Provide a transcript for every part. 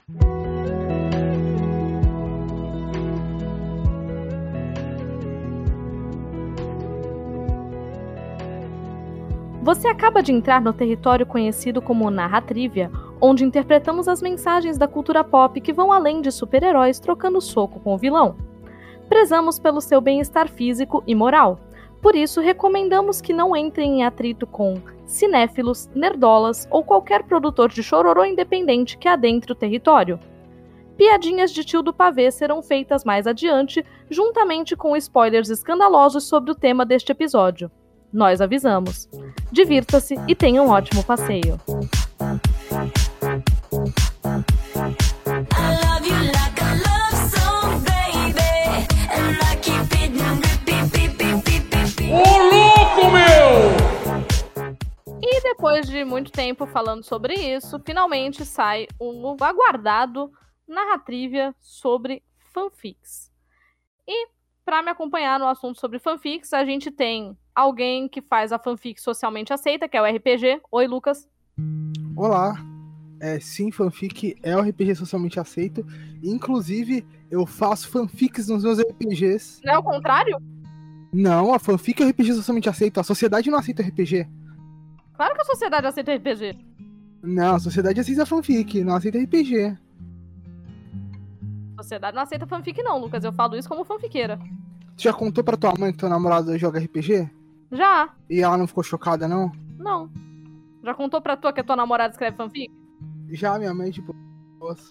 Você acaba de entrar no território conhecido como Narratrívia, onde interpretamos as mensagens da cultura pop que vão além de super-heróis trocando soco com o vilão. Prezamos pelo seu bem-estar físico e moral. Por isso, recomendamos que não entrem em atrito com cinéfilos, nerdolas ou qualquer produtor de chororô independente que adentre o território. Piadinhas de tio do pavê serão feitas mais adiante, juntamente com spoilers escandalosos sobre o tema deste episódio. Nós avisamos. Divirta-se e tenha um ótimo passeio. Ô louco, meu! E depois de muito tempo falando sobre isso, finalmente sai um aguardado Narratrívia sobre fanfics. E para me acompanhar no assunto sobre fanfics, a gente tem alguém que faz a fanfic socialmente aceita, que é o RPG. Oi, Lucas. Olá. Sim, fanfic é o RPG socialmente aceito. Inclusive, eu faço fanfics nos meus RPGs. Não é o contrário? Não, a fanfic é o RPG socialmente aceito. A sociedade não aceita RPG. Claro que a sociedade aceita RPG. Não, a sociedade aceita fanfic, não aceita RPG. A sociedade não aceita fanfic não, Lucas. Eu falo isso como fanfiqueira. Tu já contou pra tua mãe que teu namorado joga RPG? Já. E ela não ficou chocada, não? Não. Já contou pra tu que a tua namorada escreve fanfic? Já, minha mãe, tipo... Nossa.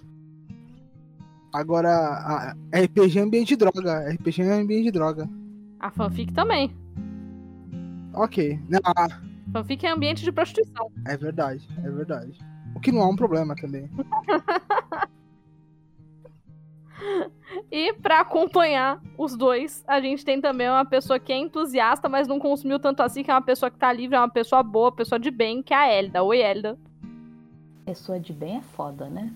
Agora, RPG é ambiente de droga. RPG é ambiente de droga. A fanfic também. Ok. Fanfic é ambiente de prostituição. É verdade, é verdade. O que não é um problema também. E pra acompanhar os dois, a gente tem também uma pessoa que é entusiasta, mas não consumiu tanto assim, que é uma pessoa que tá livre, é uma pessoa boa, pessoa de bem, que é a Elda. Oi, Elda. Pessoa de bem é foda, né?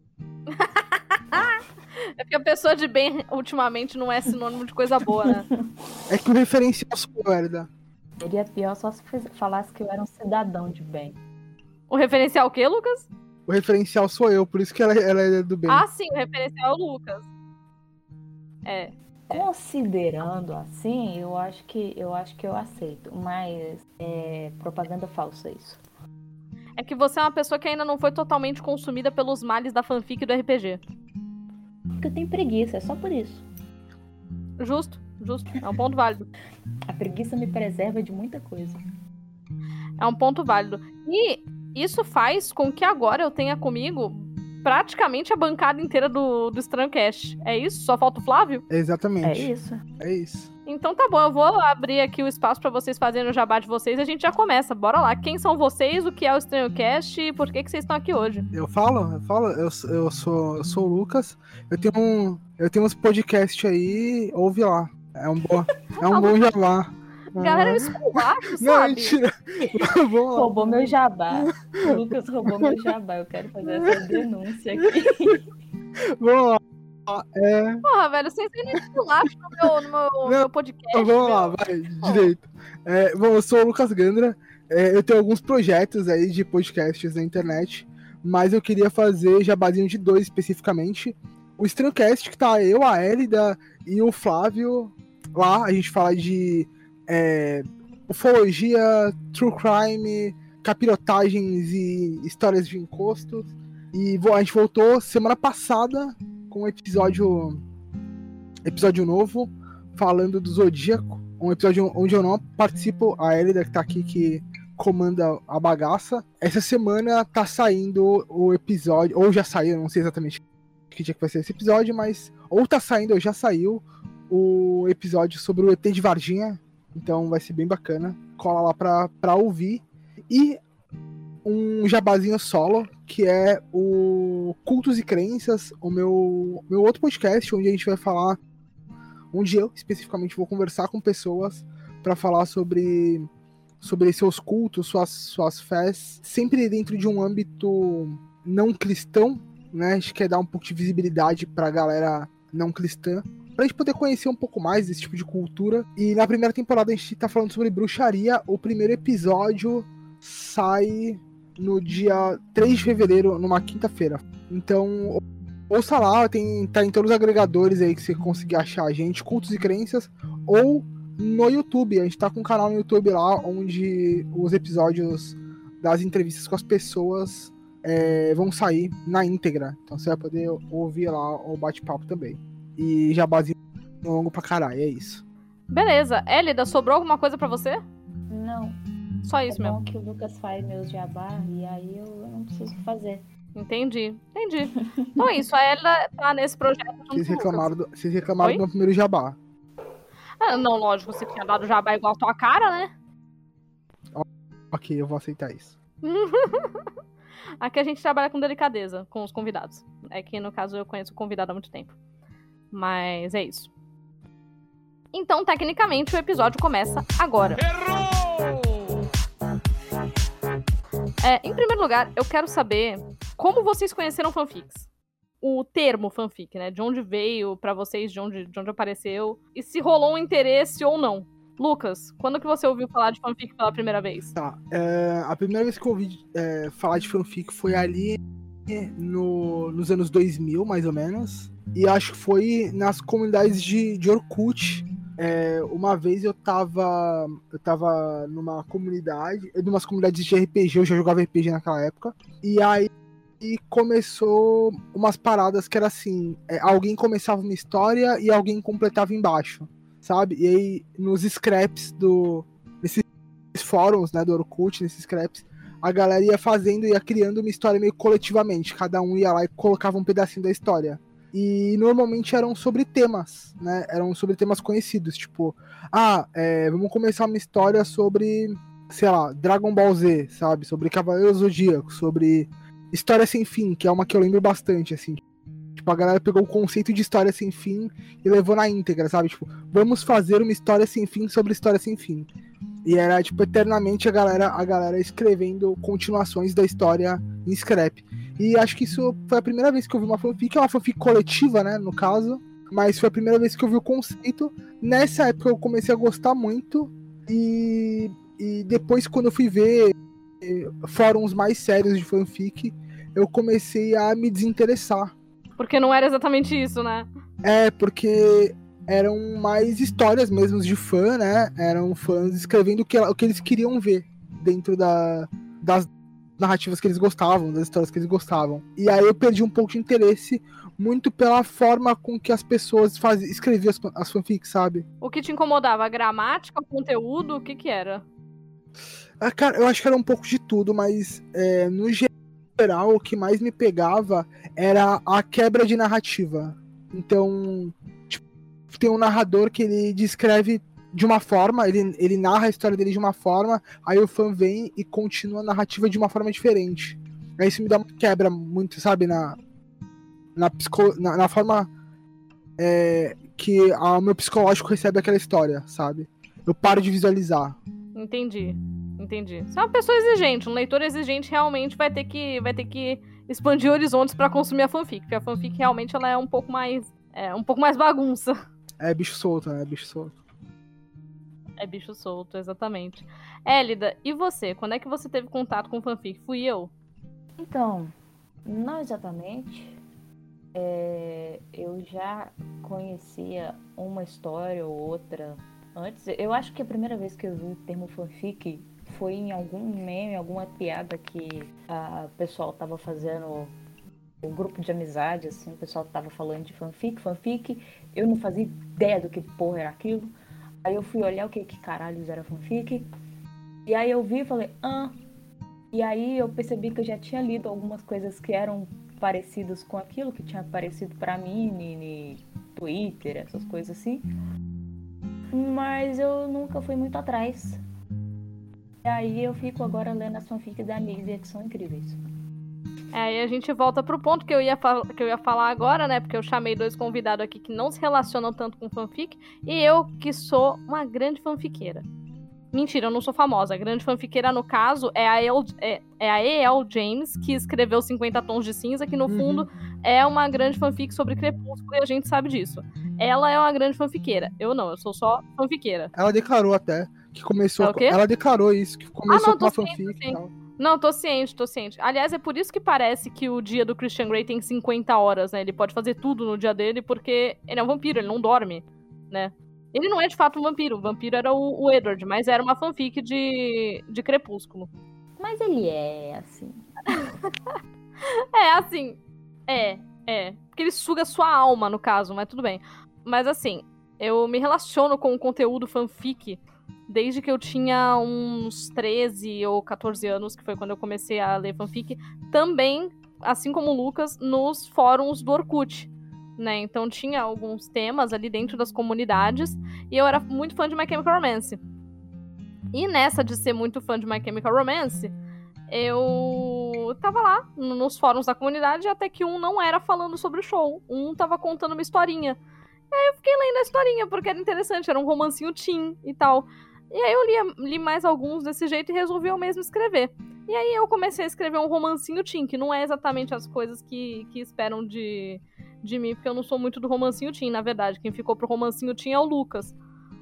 É porque a pessoa de bem, ultimamente, não é sinônimo de coisa boa, né? É que o referencial sou Elda. Seria pior só se falasse que eu era um cidadão de bem. O referencial o quê, Lucas? O referencial sou eu, por isso que ela é do bem. Ah, sim, o referencial é o Lucas. Considerando assim, eu acho que eu aceito, mas é propaganda falsa isso. É que você é uma pessoa que ainda não foi totalmente consumida pelos males da fanfic e do RPG. Porque eu tenho preguiça, é só por isso. Justo. É um ponto válido. A preguiça me preserva de muita coisa. É um ponto válido. E isso faz com que agora eu tenha comigo praticamente a bancada inteira do Estranhocast. É isso? Só falta o Flávio? Exatamente. É isso. Então tá bom, eu vou abrir aqui o espaço pra vocês fazerem o jabá de vocês e a gente já começa. Bora lá. Quem são vocês, o que é o Estranhocast e por que vocês estão aqui hoje? Eu sou o Lucas. Eu tenho uns podcasts aí, ouve lá. É um bom jabá. Galera, eu esculacho, sabe? Não, mentira. Roubou meu jabá. O Lucas roubou meu jabá. Eu quero fazer essa denúncia aqui. Vamos lá. Porra, velho, vocês ainda esculacham no meu podcast. Vamos lá, vai, direito. Bom, eu sou o Lucas Gandra. Eu tenho alguns projetos aí de podcasts na internet, mas eu queria fazer jabazinho de 2 especificamente. O Estranhocast, que tá eu, a Elida e o Flávio. Lá a gente fala de ufologia, true crime, capirotagens e histórias de encostos. E a gente voltou semana passada com um episódio novo, falando do Zodíaco. Um episódio onde eu não participo, a Elida que tá aqui, que comanda a bagaça. Essa semana tá saindo o episódio, ou já saiu, não sei exatamente que dia que vai ser esse episódio, mas ou tá saindo ou já saiu o episódio sobre o ET de Varginha. Então vai ser bem bacana. Cola lá pra ouvir. E um jabazinho solo, que é o Cultos e Crenças, o meu outro podcast, onde a gente vai falar, onde eu especificamente vou conversar com pessoas para falar sobre seus cultos, suas fés, sempre dentro de um âmbito não cristão, né? A gente quer dar um pouco de visibilidade pra galera não cristã, pra gente poder conhecer um pouco mais desse tipo de cultura. E na primeira temporada a gente tá falando sobre bruxaria. O primeiro episódio sai no dia 3 de fevereiro, numa quinta-feira. Então, ouça lá, tá em todos os agregadores aí que você conseguir achar a gente, Cultos e Crenças, ou no YouTube. A gente tá com um canal no YouTube lá, onde os episódios das entrevistas com as pessoas vão sair na íntegra. Então você vai poder ouvir lá o bate-papo também. E jabazinho longo pra caralho, é isso. Beleza. Élida, sobrou alguma coisa pra você? Não. Só isso mesmo. É bom que o Lucas faz meus jabá e aí eu não preciso fazer. Entendi. Então é isso, a Élida tá nesse projeto junto Vocês com o Lucas. Vocês reclamaram do meu primeiro jabá. Ah, não, lógico, você tinha dado jabá igual a tua cara, né? Ok, eu vou aceitar isso. Aqui a gente trabalha com delicadeza com os convidados. É que, no caso, eu conheço o convidado há muito tempo. Mas é isso. Então, tecnicamente, o episódio começa agora. Errou! Em primeiro lugar, eu quero saber como vocês conheceram fanfics. O termo fanfic, né? De onde veio pra vocês, de onde apareceu. E se rolou um interesse ou não. Lucas, quando que você ouviu falar de fanfic pela primeira vez? Tá, a primeira vez que eu ouvi falar de fanfic foi ali nos anos 2000, mais ou menos. E acho que foi nas comunidades de Orkut. Uma vez eu tava numas comunidades de RPG, eu já jogava RPG naquela época. E aí começou umas paradas que era assim, alguém começava uma história e alguém completava embaixo, sabe? E aí nos scraps nesses fóruns, né, do Orkut, nesses scraps, a galera ia fazendo, ia criando uma história meio coletivamente, cada um ia lá e colocava um pedacinho da história. E normalmente eram sobre temas, né? Eram sobre temas conhecidos, tipo, vamos começar uma história sobre, sei lá, Dragon Ball Z, sabe? Sobre Cavaleiros do Zodíaco, sobre História Sem Fim, que é uma que eu lembro bastante, assim. Tipo, a galera pegou o conceito de história sem fim e levou na íntegra, sabe? Tipo, vamos fazer uma história sem fim sobre história sem fim. E era, tipo, eternamente a galera escrevendo continuações da história em scrap. E acho que isso foi a primeira vez que eu vi uma fanfic, é uma fanfic coletiva, né, no caso. Mas foi a primeira vez que eu vi o conceito. Nessa época eu comecei a gostar muito. E depois, quando eu fui ver fóruns mais sérios de fanfic, eu comecei a me desinteressar. Porque não era exatamente isso, né? Porque eram mais histórias mesmo de fã, né? Eram fãs escrevendo o que eles queriam ver dentro das narrativas que eles gostavam, das histórias que eles gostavam. E aí eu perdi um pouco de interesse, muito pela forma com que as pessoas escreviam as fanfics, sabe? O que te incomodava? A gramática, o conteúdo? O que era? Cara, eu acho que era um pouco de tudo, mas no geral o que mais me pegava era a quebra de narrativa. Então, tipo, tem um narrador que ele descreve de uma forma, ele narra a história dele de uma forma, aí o fã vem e continua a narrativa de uma forma diferente. Aí isso me dá uma quebra muito, sabe, na forma que o meu psicológico recebe aquela história, sabe? Eu paro de visualizar. Entendi. Você é uma pessoa exigente, um leitor exigente realmente vai ter que expandir horizontes pra consumir a fanfic, porque a fanfic realmente ela é um pouco mais bagunça. É bicho solto, né? É bicho solto, exatamente. Élida, e você? Quando é que você teve contato com fanfic? Fui eu? Então, não exatamente. Eu já conhecia uma história ou outra antes. Eu acho que a primeira vez que eu vi o termo fanfic foi em algum meme, alguma piada que o pessoal tava fazendo, um grupo de amizade, assim, o pessoal tava falando de fanfic. Eu não fazia ideia do que porra era aquilo. Aí eu fui olhar o que caralhos era fanfic. E aí eu vi e falei, E aí eu percebi que eu já tinha lido algumas coisas que eram parecidas com aquilo que tinha aparecido pra mim no Twitter, essas coisas assim. Mas eu nunca fui muito atrás. E aí eu fico agora lendo as fanfics da Nívia, que são incríveis. Aí a gente volta pro ponto que eu ia falar agora, né? Porque eu chamei 2 convidados aqui que não se relacionam tanto com fanfic. E eu, que sou uma grande fanfiqueira. Mentira, eu não sou famosa. A grande fanfiqueira, no caso, é a E.L. James, que escreveu 50 Tons de Cinza, que no fundo é uma grande fanfic sobre Crepúsculo, e a gente sabe disso. Ela é uma grande fanfiqueira. Eu não, eu sou só fanfiqueira. Ela declarou até que começou... É o quê? Ela declarou isso, que começou com a fanfic sim. e tal. Não, tô ciente. Aliás, é por isso que parece que o dia do Christian Grey tem 50 horas, né? Ele pode fazer tudo no dia dele, porque ele é um vampiro, ele não dorme, né? Ele não é de fato um vampiro. O vampiro era o Edward, mas era uma fanfic de Crepúsculo. Mas ele é assim. É, assim. É. Porque ele suga sua alma, no caso, mas tudo bem. Mas assim, eu me relaciono com o conteúdo fanfic desde que eu tinha uns 13 ou 14 anos, que foi quando eu comecei a ler fanfic, também, assim como o Lucas, nos fóruns do Orkut, né? Então tinha alguns temas ali dentro das comunidades, e eu era muito fã de My Chemical Romance. E nessa de ser muito fã de My Chemical Romance, eu tava lá nos fóruns da comunidade, até que um não era falando sobre o show, um tava contando uma historinha. E aí eu fiquei lendo a historinha, porque era interessante, era um romancinho teen e tal. E aí eu li mais alguns desse jeito e resolvi eu mesmo escrever. E aí eu comecei a escrever um romancinho teen, que não é exatamente as coisas que esperam de mim, porque eu não sou muito do romancinho teen, na verdade. Quem ficou pro romancinho teen é o Lucas.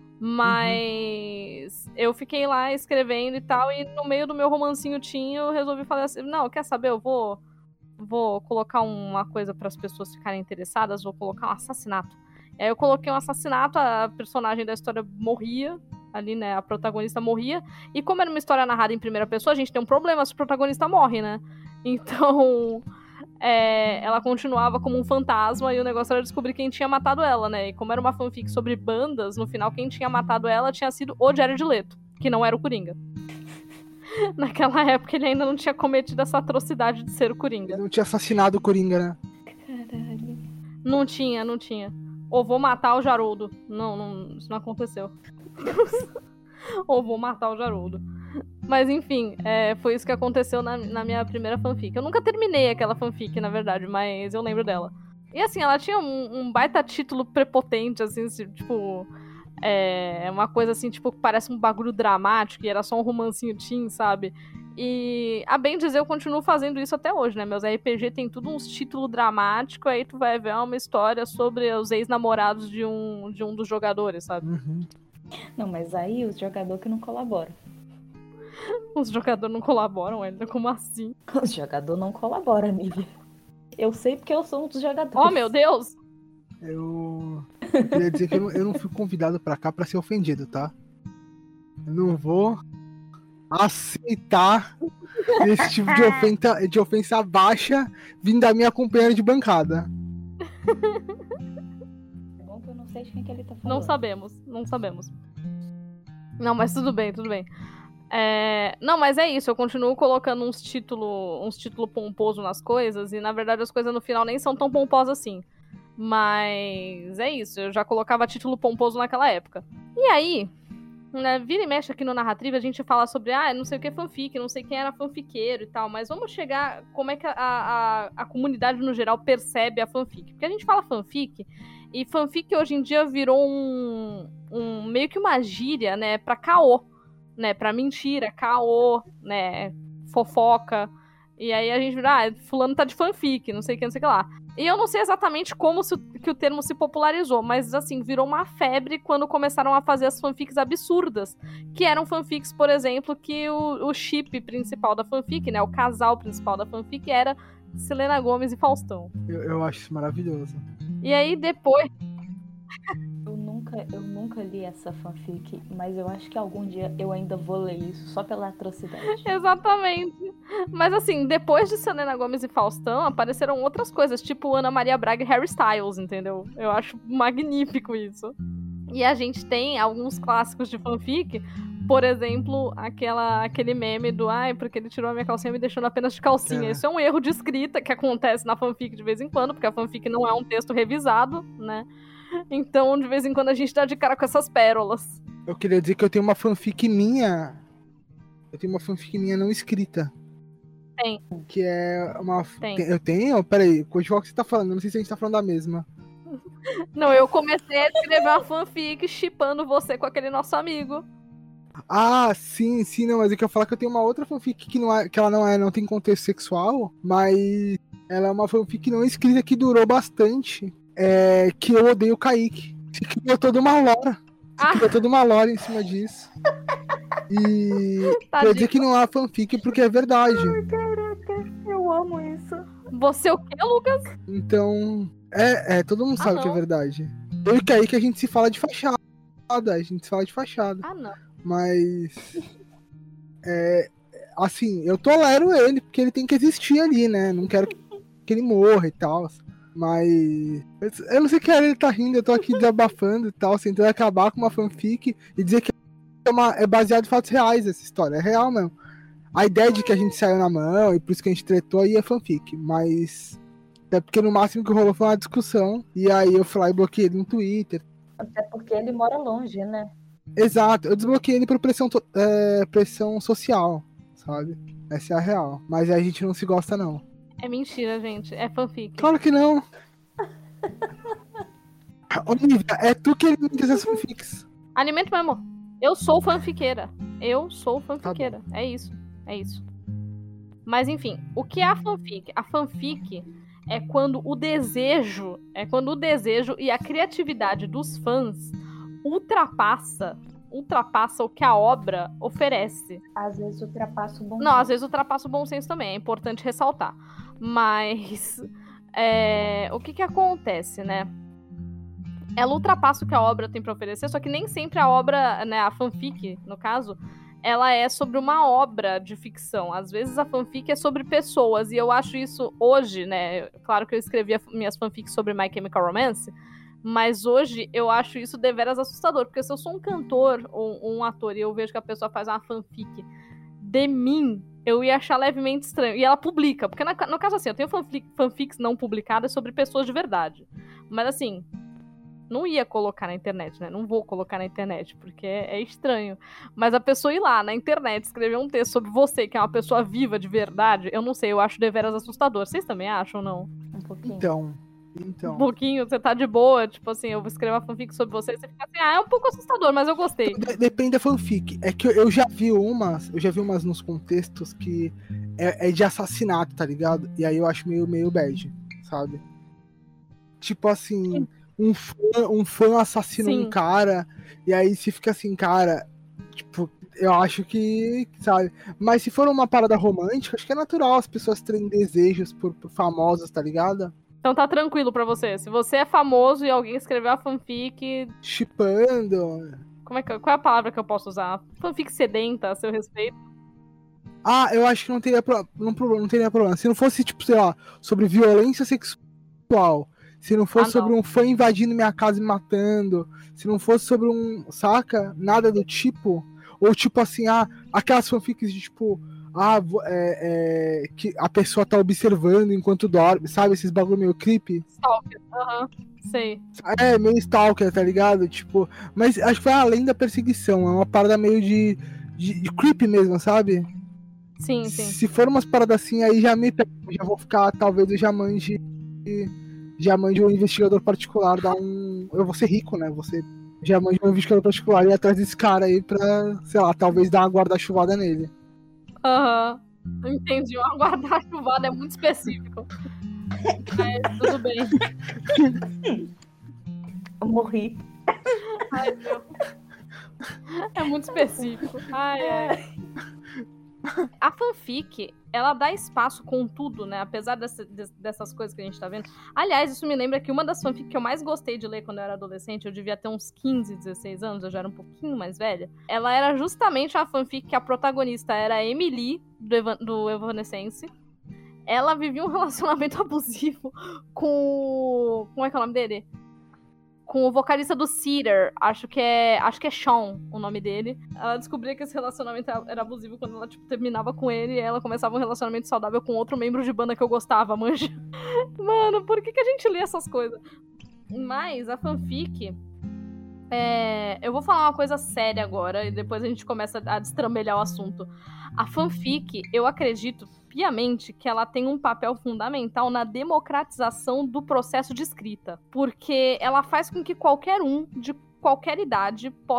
Mas eu fiquei lá escrevendo e tal, e no meio do meu romancinho teen eu resolvi falar assim, não, quer saber, eu vou colocar uma coisa para as pessoas ficarem interessadas, vou colocar um assassinato. E aí eu coloquei um assassinato, a personagem da história morria, ali, né, a protagonista morria, e como era uma história narrada em primeira pessoa, a gente tem um problema se o protagonista morre, né? Então, ela continuava como um fantasma e o negócio era descobrir quem tinha matado ela, né? E como era uma fanfic sobre bandas, no final quem tinha matado ela tinha sido o Jared Leto, que não era o Coringa. Naquela época ele ainda não tinha cometido essa atrocidade de ser o Coringa. Ele não tinha assassinado o Coringa, né? Caralho. Não tinha. Ou vou matar o Jaroldo. Não, isso não aconteceu. Ou vou matar o Jaroldo. Mas enfim, foi isso que aconteceu na minha primeira fanfic. Eu nunca terminei aquela fanfic, na verdade, mas eu lembro dela. E assim, ela tinha um baita título prepotente, assim, tipo... uma coisa assim, tipo, que parece um bagulho dramático e era só um romancinho teen, sabe? E, a bem dizer, eu continuo fazendo isso até hoje, né? Meus RPG tem tudo uns títulos dramáticos, aí tu vai ver uma história sobre os ex-namorados de um dos jogadores, sabe? Não, mas aí os jogadores que não colaboram. Os jogadores não colaboram, ainda como assim? Os jogadores não colaboram, amiga. Eu sei porque eu sou um dos jogadores. Oh, meu Deus! Eu queria dizer que eu não fui convidado pra cá pra ser ofendido, tá? Eu não vou aceitar esse tipo de ofensa baixa vindo da minha companheira de bancada. É bom que eu não sei de quem que ele tá falando. Não sabemos. Não, mas tudo bem. Não, mas é isso, eu continuo colocando uns título pomposo nas coisas, e na verdade as coisas no final nem são tão pomposas assim. Mas é isso, eu já colocava título pomposo naquela época. E aí, né, vira e mexe aqui no Narrativa, a gente fala sobre, não sei o que é fanfic, não sei quem era fanfiqueiro e tal, mas vamos chegar como é que a comunidade no geral percebe a fanfic. Porque a gente fala fanfic, e fanfic hoje em dia virou meio que uma gíria, né, pra caô, né, pra mentira, caô, né, fofoca. E aí a gente vira, fulano tá de fanfic, não sei o que lá. E eu não sei exatamente como que o termo se popularizou, mas assim, virou uma febre quando começaram a fazer as fanfics absurdas, que eram fanfics, por exemplo, que o chip principal da fanfic, né, o casal principal da fanfic era Selena Gomez e Faustão. Eu acho isso maravilhoso. E aí depois... Eu nunca li essa fanfic, mas eu acho que algum dia eu ainda vou ler isso, só pela atrocidade. Exatamente. Mas assim, depois de Selena Gomez e Faustão, apareceram outras coisas, tipo Ana Maria Braga e Harry Styles, entendeu? Eu acho magnífico isso. E a gente tem alguns clássicos de fanfic, por exemplo, aquele meme do porque ele tirou a minha calcinha me deixando apenas de calcinha. Isso é um erro de escrita que acontece na fanfic de vez em quando, porque a fanfic não é um texto revisado, né? Então, de vez em quando, a gente dá de cara com essas pérolas. Eu queria dizer que eu tenho uma fanfic minha. Eu tenho uma fanfic minha não escrita. Tem. Que é uma... Tem. Eu tenho? Peraí, qual que você tá falando? Eu não sei se a gente tá falando da mesma. Não, eu comecei a escrever uma fanfic shippando você com aquele nosso amigo. Ah, sim, não, mas eu quero falar que eu tenho uma outra fanfic que ela não tem contexto sexual, mas ela é uma fanfic não escrita que durou bastante. Que eu odeio o Kaique. Se criou toda uma lore. Criou toda uma lore em cima disso. E Tadinho. quer dizer que não há fanfic porque é verdade. Caraca, eu amo isso. Você o quê, Lucas? Então, todo mundo sabe que é não. verdade. Eu e Kaique a gente se fala de fachada. A gente se fala de fachada. Ah, não. Mas. Assim, eu tolero ele, porque ele tem que existir ali, né? Não quero que ele morra e tal. Mas. Eu não sei que ele tá rindo, eu tô aqui desabafando e tal, tentando acabar com uma fanfic e dizer que é baseado em fatos reais essa história. É real mesmo. A ideia de que a gente saiu na mão e por isso que a gente tretou aí é fanfic, mas. É porque no máximo que rolou foi uma discussão. E aí eu fui lá e bloqueei ele no Twitter. Até porque ele mora longe, né? Exato, eu desbloqueei ele por pressão social, sabe? Essa é a real. Mas a gente não se gosta, não. É mentira, gente. É fanfic. Claro que não. Olivia, é tu que alimenta essas fanfics. Alimento meu amor. Eu sou fanfiqueira. É isso. Mas enfim, o que é a fanfic? A fanfic é quando o desejo e a criatividade dos fãs ultrapassa o que a obra oferece. Às vezes ultrapassa o bom Não, às vezes ultrapassa o bom senso também, é importante ressaltar. Mas o que acontece, né? Ela ultrapassa o que a obra tem pra oferecer, só que nem sempre a obra, né, a fanfic, no caso, ela é sobre uma obra de ficção. Às vezes a fanfic é sobre pessoas, e eu acho isso hoje, né? Claro que eu escrevia minhas fanfics sobre My Chemical Romance, mas hoje eu acho isso deveras assustador, porque se eu sou um cantor ou um ator e eu vejo que a pessoa faz uma fanfic de mim, eu ia achar levemente estranho. E ela publica, porque no caso assim, eu tenho fanfics não publicadas sobre pessoas de verdade. Mas assim, não ia colocar na internet, né? Não vou colocar na internet, porque é estranho. Mas a pessoa ir lá na internet escrever um texto sobre você, que é uma pessoa viva de verdade, eu não sei, eu acho deveras assustador. Vocês também acham ou não? Um pouquinho. Então. Um pouquinho, você tá de boa, tipo assim, eu vou escrever uma fanfic sobre você, e você fica assim, é um pouco assustador, mas eu gostei. Depende da fanfic. É que eu já vi umas nos contextos que é de assassinato, tá ligado? E aí eu acho meio bad, sabe? Tipo assim, um fã assassina um cara, e aí você fica assim, cara, tipo, eu acho que, sabe? Mas se for uma parada romântica, acho que é natural as pessoas terem desejos por famosos, tá ligado? Então tá tranquilo pra você. Se você é famoso e alguém escreveu a fanfic... Shippando. Qual é a palavra que eu posso usar? Fanfic sedenta a seu respeito? Ah, eu acho que não teria problema. Se não fosse, tipo, sei lá, sobre violência sexual, se não fosse sobre um fã invadindo minha casa e me matando, se não fosse sobre saca? Nada do tipo. Ou tipo assim, aquelas fanfics de tipo... que a pessoa tá observando enquanto dorme, sabe? Esses bagulho meio creepy. Stalker, sei. É, meio stalker, tá ligado? Tipo, mas acho que vai além da perseguição, é uma parada meio de creepy mesmo, sabe? Sim. Se for umas paradas assim, aí já me pega, já vou ficar, talvez eu já mande um investigador particular, eu vou ser rico, né? Você já mande um investigador particular e ir atrás desse cara aí pra, sei lá, talvez dar uma guarda-chuvada nele. Entendi. Uma guarda-chuvada é muito específico. Mas tudo bem. Eu morri. Ai, meu. É muito específico. Ai. A fanfic, ela dá espaço com tudo, né? Apesar dessas coisas que a gente tá vendo. Aliás, isso me lembra que uma das fanfics que eu mais gostei de ler quando eu era adolescente, eu devia ter uns 15, 16 anos, eu já era um pouquinho mais velha. Ela era justamente a fanfic que a protagonista era a Emily, do Evanescence. Ela vivia um relacionamento abusivo com... Como é que é o nome dele? Com o vocalista do Cedar, acho que é Sean o nome dele. Ela descobria que esse relacionamento era abusivo quando ela, tipo, terminava com ele e ela começava um relacionamento saudável com outro membro de banda que eu gostava, manja. Mano, por que a gente lê essas coisas? Mas a fanfic... Eu vou falar uma coisa séria agora e depois a gente começa a destrambelhar o assunto. A fanfic, eu acredito piamente que ela tem um papel fundamental na democratização do processo de escrita, porque ela faz com que qualquer um de qualquer idade possa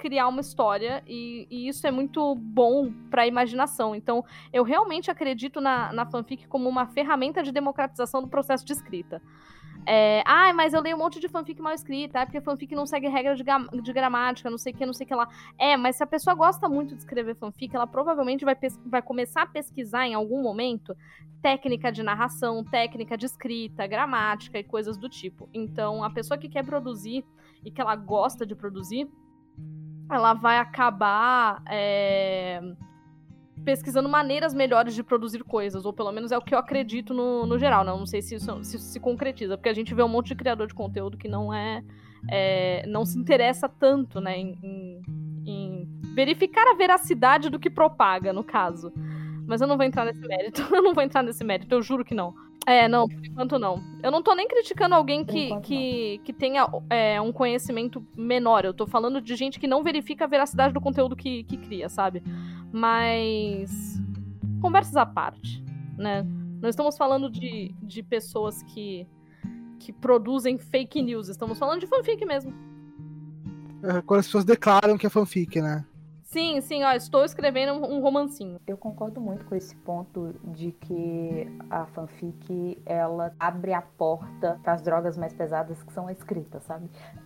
criar uma história, e isso é muito bom pra imaginação. Então, eu realmente acredito na fanfic como uma ferramenta de democratização do processo de escrita. Mas eu leio um monte de fanfic mal escrita, porque fanfic não segue regra de gramática, não sei o que lá. Mas se a pessoa gosta muito de escrever fanfic, ela provavelmente vai começar a pesquisar em algum momento técnica de narração, técnica de escrita, gramática e coisas do tipo. Então, a pessoa que quer produzir e que ela gosta de produzir, ela vai acabar pesquisando maneiras melhores de produzir coisas, ou pelo menos é o que eu acredito no geral, né? Eu não sei se isso se concretiza, porque a gente vê um monte de criador de conteúdo que não se interessa tanto, né, em verificar a veracidade do que propaga, no caso. Mas eu não vou entrar nesse mérito, eu juro que não. Não, por enquanto não. Eu não tô nem criticando alguém que tenha um conhecimento menor. Eu tô falando de gente que não verifica a veracidade do conteúdo que cria, sabe? Mas... conversas à parte, né? Não estamos falando de pessoas que produzem fake news. Estamos falando de fanfic mesmo. Quando as pessoas declaram que é fanfic, né? Sim, estou escrevendo um romancinho. Eu concordo muito com esse ponto de que a fanfic, ela abre a porta para as drogas mais pesadas que são a escrita, sabe?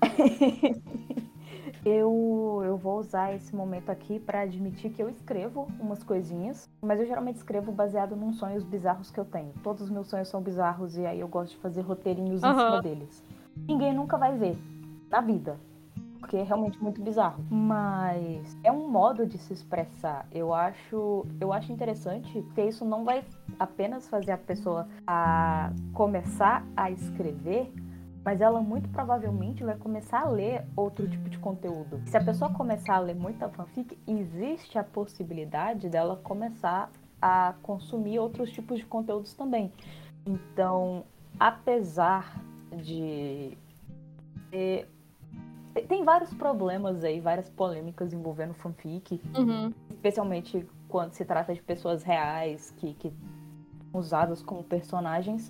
Eu vou usar esse momento aqui para admitir que eu escrevo umas coisinhas, mas eu geralmente escrevo baseado nos sonhos bizarros que eu tenho. Todos os meus sonhos são bizarros e aí eu gosto de fazer roteirinhos em cima deles. Ninguém nunca vai ver na vida, porque é realmente muito bizarro. Mas é um modo de se expressar. Eu acho interessante, porque isso não vai apenas fazer a pessoa a começar a escrever, mas ela muito provavelmente vai começar a ler outro tipo de conteúdo. Se a pessoa começar a ler muita fanfic, existe a possibilidade dela começar a consumir outros tipos de conteúdos também. Então, apesar de... tem vários problemas aí, várias polêmicas envolvendo fanfic, especialmente quando se trata de pessoas reais que são usadas como personagens,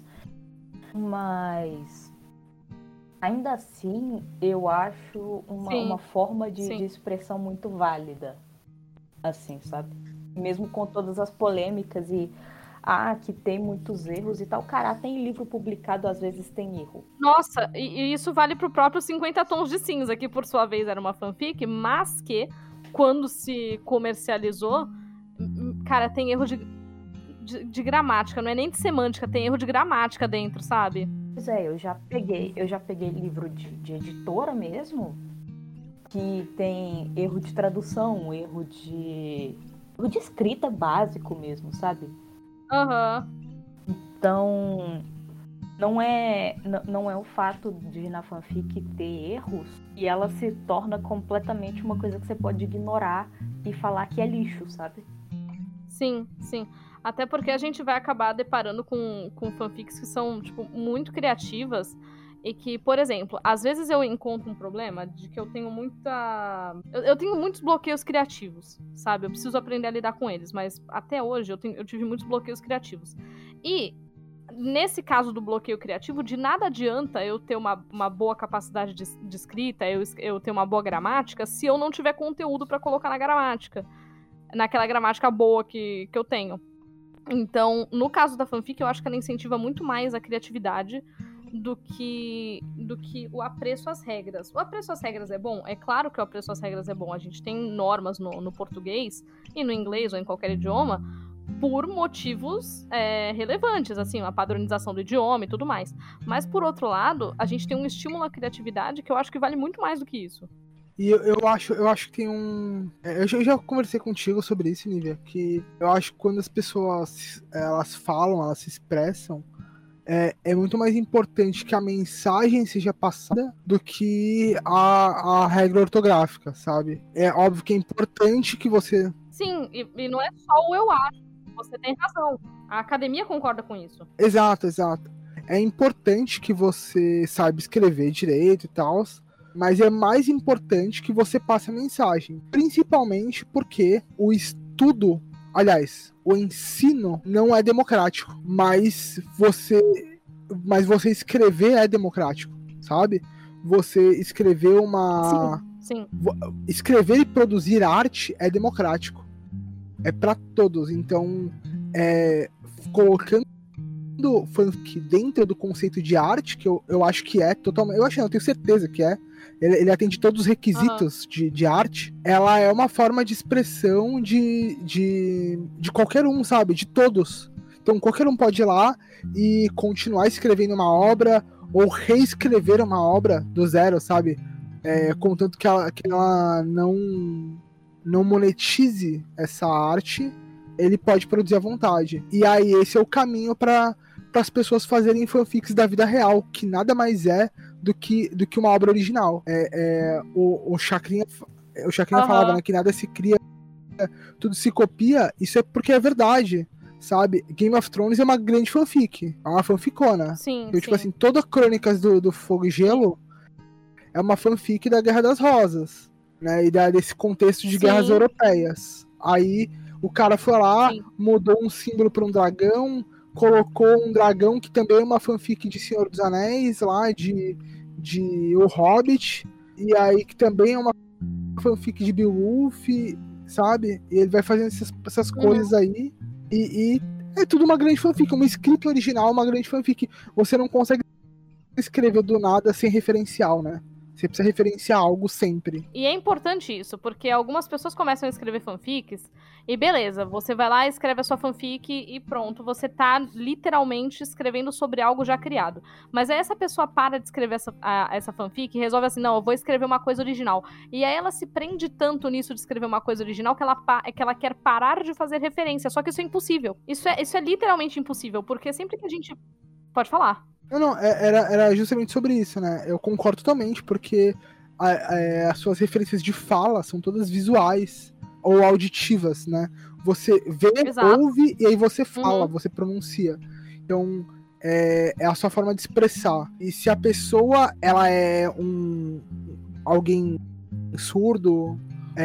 mas ainda assim eu acho uma forma de expressão muito válida, assim, sabe? Mesmo com todas as polêmicas e que tem muitos erros e tal. Cara, tem livro publicado, às vezes tem erro. Nossa, e isso vale pro próprio 50 Tons de Cinza, que por sua vez era uma fanfic, mas que, quando se comercializou, cara, tem erro de gramática, não é nem de semântica, tem erro de gramática dentro, sabe? Pois eu já peguei livro de editora mesmo, que tem erro de tradução, erro de escrita básico mesmo, sabe? Então, não é o fato de na fanfic ter erros e ela se torna completamente uma coisa que você pode ignorar e falar que é lixo, sabe? Sim. Até porque a gente vai acabar deparando com fanfics que são, tipo, muito criativas e que, por exemplo, às vezes eu encontro um problema de que eu tenho eu tenho muitos bloqueios criativos, sabe? Eu preciso aprender a lidar com eles, mas até hoje eu tive muitos bloqueios criativos. E, nesse caso do bloqueio criativo, de nada adianta eu ter uma boa capacidade de escrita, eu ter uma boa gramática, se eu não tiver conteúdo pra colocar na gramática. Naquela gramática boa que eu tenho. Então, no caso da fanfic, eu acho que ela incentiva muito mais a criatividade do que o apreço às regras. O apreço às regras é bom? É claro que o apreço às regras é bom. A gente tem normas no português e no inglês ou em qualquer idioma por motivos relevantes, assim, a padronização do idioma e tudo mais. Mas, por outro lado, a gente tem um estímulo à criatividade que eu acho que vale muito mais do que isso. E eu acho que tem um... Eu já conversei contigo sobre isso, Nívia, que eu acho que quando as pessoas elas falam, elas se expressam, é muito mais importante que a mensagem seja passada do que a regra ortográfica, sabe? É óbvio que é importante que você... Sim, e não é só o eu acho, você tem razão. A academia concorda com isso. Exato. É importante que você saiba escrever direito e tal, mas é mais importante que você passe a mensagem. Principalmente porque o estudo, aliás, o ensino não é democrático. Mas você escrever é democrático, sabe? Você escrever Sim. Escrever e produzir arte é democrático. É pra todos. Então, colocando fanfic dentro do conceito de arte, que eu acho que é totalmente... eu tenho certeza que é. Ele atende todos os requisitos de arte. Ela é uma forma de expressão de qualquer um, sabe? De todos. Então, qualquer um pode ir lá e continuar escrevendo uma obra ou reescrever uma obra do zero, sabe? Contanto que ela não monetize essa arte, ele pode produzir à vontade. E aí esse é o caminho para as pessoas fazerem fanfics da vida real, que nada mais é do que uma obra original. O Chacrinha falava, né, que nada se cria, tudo se copia. Isso é porque é verdade, sabe? Game of Thrones é uma grande fanfic, é uma fanficona. Sim, Tipo assim, toda Crônicas do Fogo e Gelo é uma fanfic da Guerra das Rosas, né? E desse contexto de guerras europeias. Aí o cara foi lá, mudou um símbolo para um dragão, colocou um dragão que também é uma fanfic de Senhor dos Anéis, lá de O Hobbit, e aí que também é uma fanfic de Beowulf, sabe? E ele vai fazendo essas coisas aí, e é tudo uma grande fanfic, uma escrita original, uma grande fanfic. Você não consegue escrever do nada sem referencial, né? Você precisa referenciar algo sempre. E é importante isso, porque algumas pessoas começam a escrever fanfics e beleza, você vai lá, escreve a sua fanfic e pronto, você tá literalmente escrevendo sobre algo já criado. Mas aí essa pessoa para de escrever essa fanfic e resolve assim, não, eu vou escrever uma coisa original. E aí ela se prende tanto nisso de escrever uma coisa original que ela quer parar de fazer referência, só que isso é impossível. Isso é literalmente impossível, porque sempre que a gente... Pode falar. Não, era justamente sobre isso, né? Eu concordo totalmente, porque as suas referências de fala são todas visuais ou auditivas, né? Você vê, ouve e aí você fala, você pronuncia. Então, é a sua forma de expressar. E se a pessoa, ela é alguém surdo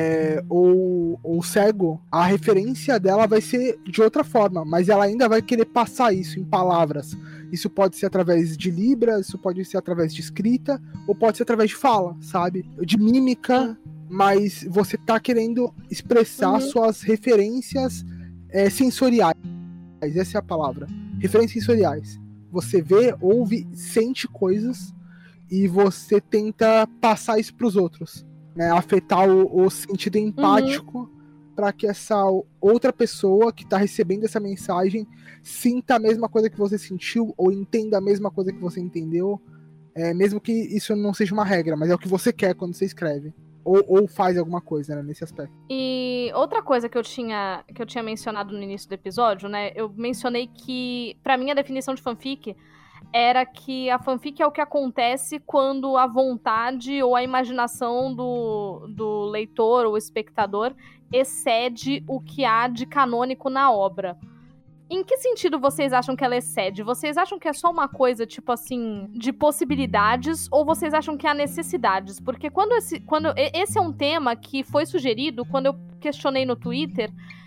ou cego, a referência dela vai ser de outra forma, mas ela ainda vai querer passar isso em palavras. Isso pode ser através de libras, isso pode ser através de escrita, ou pode ser através de fala, sabe? De mímica, mas você tá querendo expressar suas referências sensoriais. Essa é a palavra. Referências sensoriais. Você vê, ouve, sente coisas e você tenta passar isso pros outros, né? Afetar o sentido empático para que essa outra pessoa que tá recebendo essa mensagem sinta a mesma coisa que você sentiu ou entenda a mesma coisa que você entendeu, mesmo que isso não seja uma regra, mas é o que você quer quando você escreve ou faz alguma coisa, né, nesse aspecto. E outra coisa que eu tinha mencionado no início do episódio, né, eu mencionei que pra mim a definição de fanfic era que a fanfic é o que acontece quando a vontade ou a imaginação do leitor ou espectador excede o que há de canônico na obra. Em que sentido vocês acham que ela excede? Vocês acham que é só uma coisa, tipo assim, de possibilidades, ou vocês acham que há necessidades? Porque quando esse é um tema que foi sugerido quando eu questionei no Twitter,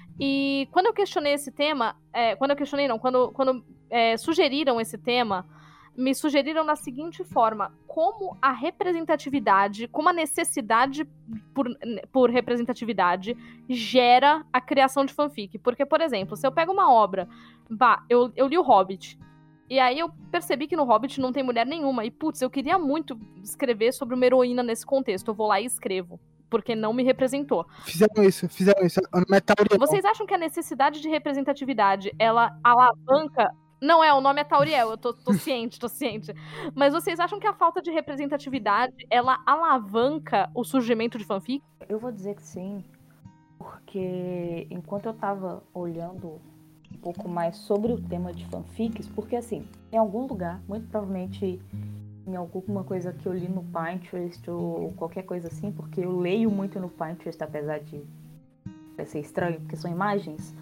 e quando eu questionei esse tema, quando sugeriram esse tema, me sugeriram da seguinte forma: como a representatividade, como a necessidade por representatividade gera a criação de fanfic. Porque, por exemplo, se eu pego uma obra, eu li o Hobbit, e aí eu percebi que no Hobbit não tem mulher nenhuma, e putz, eu queria muito escrever sobre uma heroína nesse contexto, eu vou lá e escrevo, porque não me representou. Fizeram isso. Vocês acham que a necessidade de representatividade, ela alavanca... Não o nome é Tauriel, eu tô ciente. Mas vocês acham que a falta de representatividade, ela alavanca o surgimento de fanfic? Eu vou dizer que sim, porque enquanto eu tava olhando um pouco mais sobre o tema de fanfics, porque assim, em algum lugar, muito provavelmente em alguma coisa que eu li no Pinterest ou qualquer coisa assim, porque eu leio muito no Pinterest, apesar de ser estranho, porque são imagens,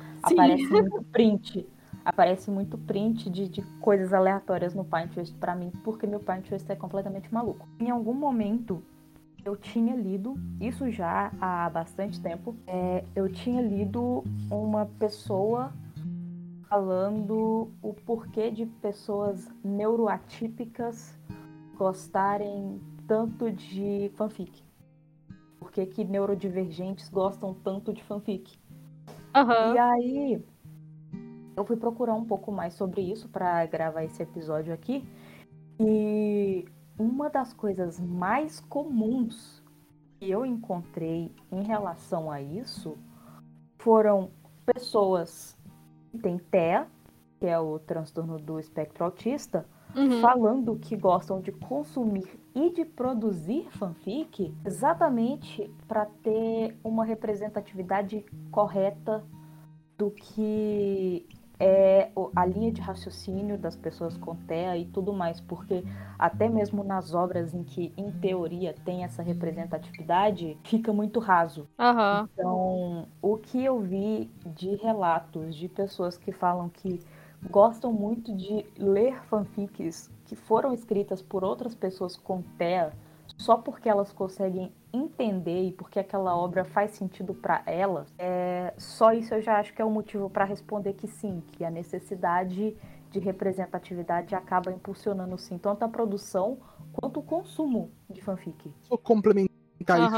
aparece muito print de coisas aleatórias no Pinterest pra mim, porque meu Pinterest é completamente maluco. Em algum momento, eu tinha lido, isso já há bastante tempo, eu tinha lido uma pessoa falando o porquê de pessoas neuroatípicas gostarem tanto de fanfic. Por que neurodivergentes gostam tanto de fanfic? Aham. E aí, eu fui procurar um pouco mais sobre isso para gravar esse episódio aqui. E uma das coisas mais comuns que eu encontrei em relação a isso foram pessoas que têm TEA, que é o transtorno do espectro autista, falando que gostam de consumir e de produzir fanfic exatamente para ter uma representatividade correta do que é a linha de raciocínio das pessoas com TEA e tudo mais, porque até mesmo nas obras em que, em teoria, tem essa representatividade, fica muito raso. Aham. Então, o que eu vi de relatos de pessoas que falam que gostam muito de ler fanfics que foram escritas por outras pessoas com TEA, só porque elas conseguem entender e porque aquela obra faz sentido para elas, só isso eu já acho que é um motivo para responder que sim, que a necessidade de representatividade acaba impulsionando sim tanto a produção quanto o consumo de fanfic. Vou complementar isso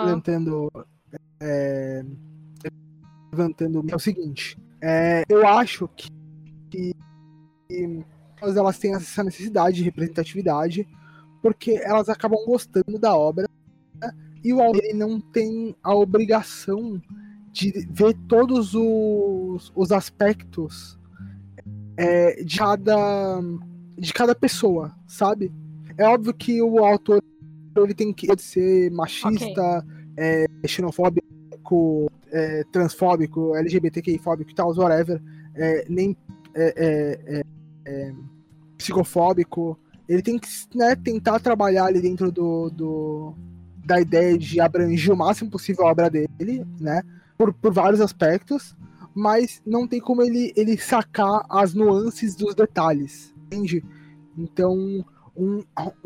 levantando é o seguinte, eu acho que elas têm essa necessidade de representatividade porque elas acabam gostando da obra e o autor ele não tem a obrigação de ver todos os aspectos de cada pessoa, sabe? É óbvio que o autor ele tem que ser machista, xenofóbico, transfóbico, LGBTQI-fóbico e tal, whatever, nem psicofóbico. Ele tem que, né, tentar trabalhar ali dentro da ideia de abranger o máximo possível a obra dele, né, por vários aspectos, mas não tem como ele sacar as nuances dos detalhes, entende? Então, um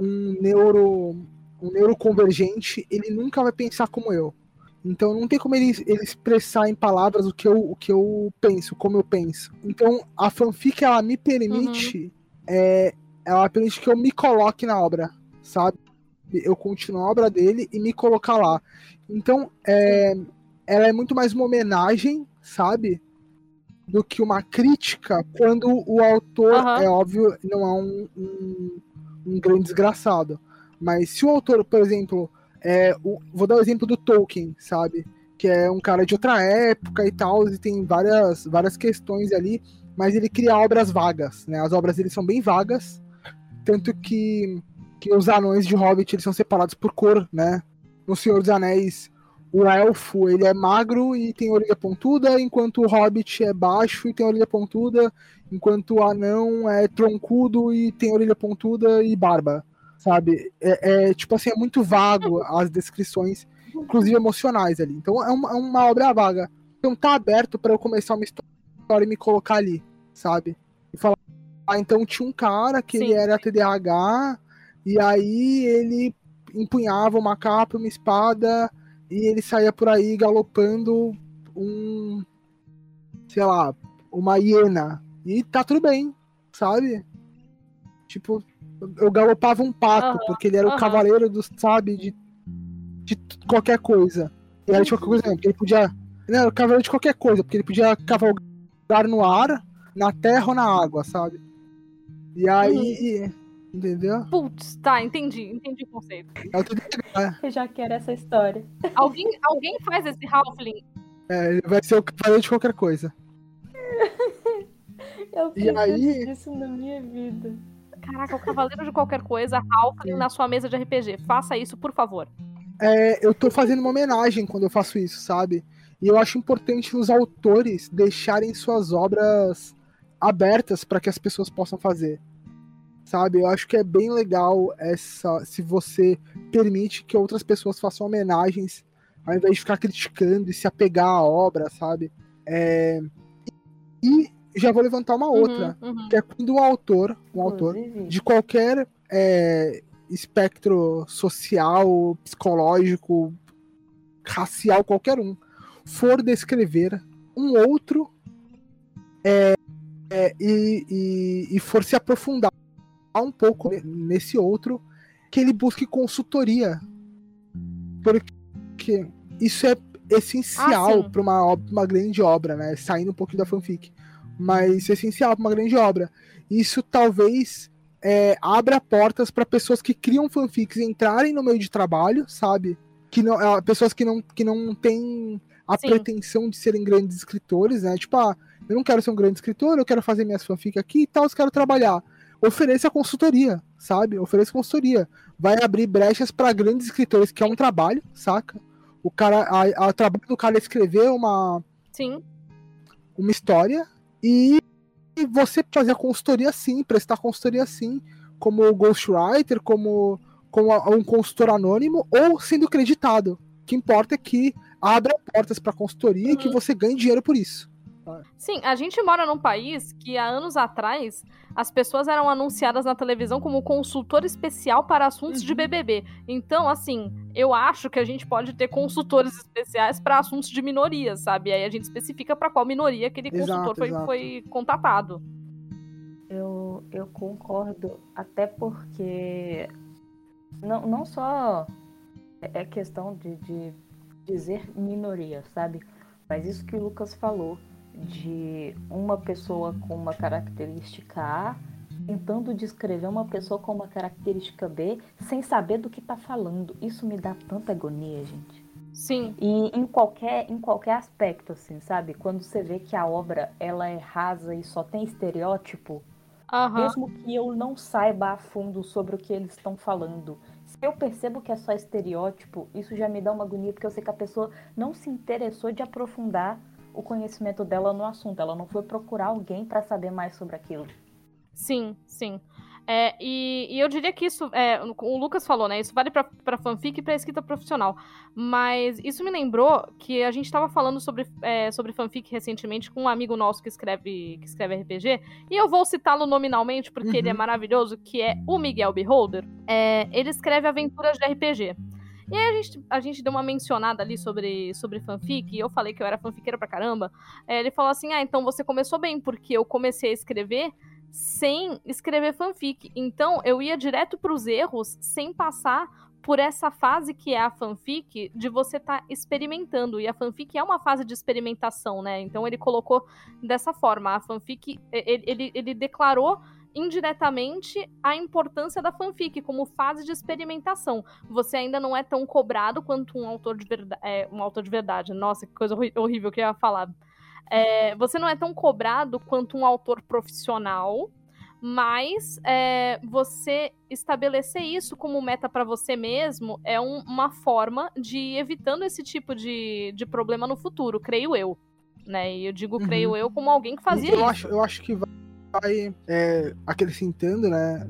neuroconvergente, ele nunca vai pensar como eu. Então não tem como ele expressar em palavras o que eu penso, como eu penso. Então a fanfic, ela me permite ela permite que eu me coloque na obra, sabe? Eu continuo a obra dele e me colocar lá. Então ela é muito mais uma homenagem, sabe? Do que uma crítica, quando o autor, é óbvio, não é um grande desgraçado. Mas se o autor, por exemplo, vou dar o exemplo do Tolkien, sabe? Que é um cara de outra época e tal, e tem várias questões ali, mas ele cria obras vagas, né? As obras dele são bem vagas, tanto que os anões de Hobbit, eles são separados por cor, né? No Senhor dos Anéis, o elfo, ele é magro e tem orelha pontuda, enquanto o Hobbit é baixo e tem orelha pontuda, enquanto o anão é troncudo e tem orelha pontuda e barba, sabe? Tipo assim, é muito vago as descrições, inclusive emocionais ali. Então é uma obra vaga. Então tá aberto para eu começar uma história e me colocar ali, sabe? E falar, então tinha um cara que ele era TDAH e aí ele empunhava uma capa, uma espada e ele saía por aí galopando uma hiena. E tá tudo bem, sabe? Tipo, eu galopava um pato, porque ele era o cavaleiro sabe, de qualquer coisa. E era de qualquer coisa, porque ele podia... Ele era o cavaleiro de qualquer coisa, porque ele podia cavalgar no ar, na terra ou na água, sabe? E aí... Entendeu? Putz, tá, entendi o conceito. Eu já quero essa história. Alguém faz esse Halfling? Ele vai ser o cavaleiro de qualquer coisa. Eu preciso disso na minha vida. Caraca, o cavaleiro de qualquer coisa, Halfling na sua mesa de RPG. Faça isso, por favor. Eu tô fazendo uma homenagem quando eu faço isso, sabe? E eu acho importante os autores deixarem suas obras abertas para que as pessoas possam fazer. Sabe? Eu acho que é bem legal se você permite que outras pessoas façam homenagens ao invés de ficar criticando e se apegar à obra, sabe? E já vou levantar uma outra, que é quando um autor de qualquer espectro social, psicológico, racial, qualquer um, for descrever um outro e for se aprofundar um pouco nesse outro, que ele busque consultoria. Porque isso é essencial sim. para uma grande obra, né? Saindo um pouquinho da fanfic. Mas isso é essencial para uma grande obra. Isso talvez abra portas para pessoas que criam fanfics entrarem no meio de trabalho, sabe? Pessoas que não têm a Sim. pretensão de serem grandes escritores, né? Tipo, eu não quero ser um grande escritor, eu quero fazer minhas fanfics aqui e tal, eu quero trabalhar. Ofereça consultoria, sabe? Ofereça consultoria. Vai abrir brechas para grandes escritores, que é um trabalho, saca? O trabalho do cara é escrever uma história e você fazer a consultoria sim, prestar consultoria sim, como ghostwriter, como um consultor anônimo ou sendo creditado. O que importa é que abra portas para consultoria e que você ganhe dinheiro por isso. Sim, a gente mora num país que há anos atrás as pessoas eram anunciadas na televisão como consultor especial para assuntos de BBB. Então, assim, eu acho que a gente pode ter consultores especiais para assuntos de minorias, sabe? Aí a gente especifica para qual minoria aquele consultor foi contatado. Eu concordo, até porque não só é questão de dizer minoria, sabe? Mas isso que o Lucas falou, de uma pessoa com uma característica A tentando descrever uma pessoa com uma característica B sem saber do que tá falando. Isso me dá tanta agonia, gente. Sim. E em qualquer aspecto, assim, sabe? Quando você vê que a obra ela é rasa e só tem estereótipo, mesmo que eu não saiba a fundo sobre o que eles estão falando, se eu percebo que é só estereótipo, isso já me dá uma agonia, porque eu sei que a pessoa não se interessou de aprofundar o conhecimento dela no assunto. Ela não foi procurar alguém para saber mais sobre aquilo. Sim. E eu diria que isso, o Lucas falou, né? Isso vale pra fanfic e pra escrita profissional. Mas isso me lembrou que a gente tava falando sobre fanfic recentemente com um amigo nosso que escreve RPG. E eu vou citá-lo nominalmente porque ele é maravilhoso, que é o Miguel Beholder. Ele escreve aventuras de RPG. E aí a gente deu uma mencionada ali sobre fanfic, e eu falei que eu era fanfiqueira pra caramba. Ele falou assim, então você começou bem, porque eu comecei a escrever sem escrever fanfic. Então eu ia direto pros erros, sem passar por essa fase que é a fanfic, de você estar experimentando. E a fanfic é uma fase de experimentação, né? Então ele colocou dessa forma. A fanfic, ele declarou indiretamente a importância da fanfic como fase de experimentação. Você ainda não é tão cobrado quanto um autor de verdade. Nossa, que coisa horrível que eu ia falar. Você não é tão cobrado quanto um autor profissional, mas você estabelecer isso como meta para você mesmo é uma forma de ir evitando esse tipo de problema no futuro, creio eu. Né? E eu digo creio eu como alguém que fazia isso. Eu acho que vai acrescentando, né,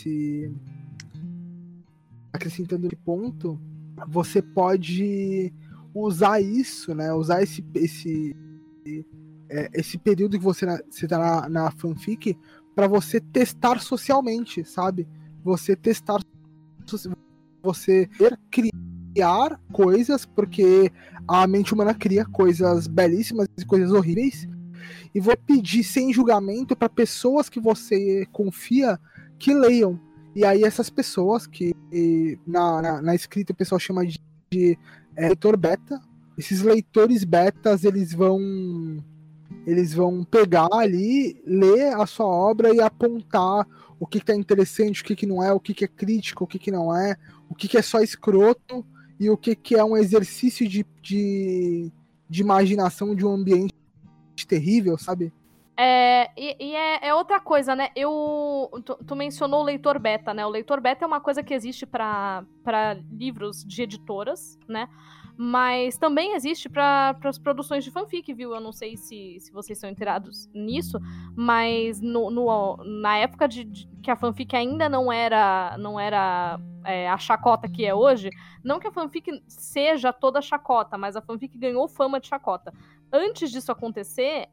acrescentando esse ponto, você pode usar isso, né, usar esse período que você tá na fanfic para você testar socialmente, sabe? Você testar, você criar coisas, porque a mente humana cria coisas belíssimas e coisas horríveis, e vou pedir sem julgamento para pessoas que você confia que leiam. E aí essas pessoas que na escrita o pessoal chama de leitor beta, esses leitores betas, eles vão pegar ali, ler a sua obra e apontar o que tá interessante, o que não é, o que é crítico, o que não é, o que é só escroto e o que é um exercício de imaginação de um ambiente terrível, sabe? É outra coisa, né? Tu mencionou o leitor beta, né? O leitor beta é uma coisa que existe para livros de editoras, né? Mas também existe para as produções de fanfic, viu? Eu não sei se vocês estão inteirados nisso, mas na época que a fanfic ainda não era a chacota que é hoje, não que a fanfic seja toda chacota, mas a fanfic ganhou fama de chacota. Antes disso acontecer,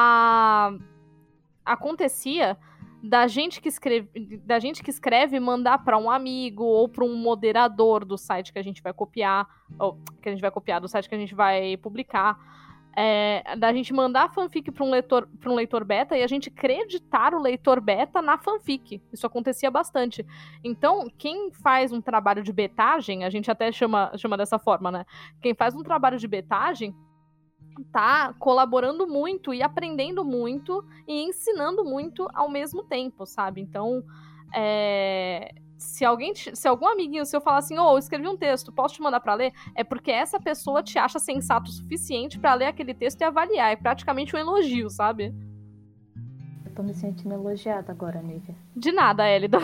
acontecia da gente que escreve mandar para um amigo ou para um moderador do site que a gente vai copiar, do site que a gente vai publicar, Da gente mandar a fanfic pra um leitor beta e a gente creditar o leitor beta na fanfic. Isso acontecia bastante. Então, quem faz um trabalho de betagem, a gente até chama dessa forma, né? Quem faz um trabalho de betagem tá colaborando muito e aprendendo muito e ensinando muito ao mesmo tempo, sabe? Então, se algum amiguinho seu falar assim, eu escrevi um texto, posso te mandar pra ler? É porque essa pessoa te acha sensato o suficiente pra ler aquele texto e avaliar. É praticamente um elogio, sabe? Eu tô me sentindo elogiada agora, Nívia. De nada, Elida.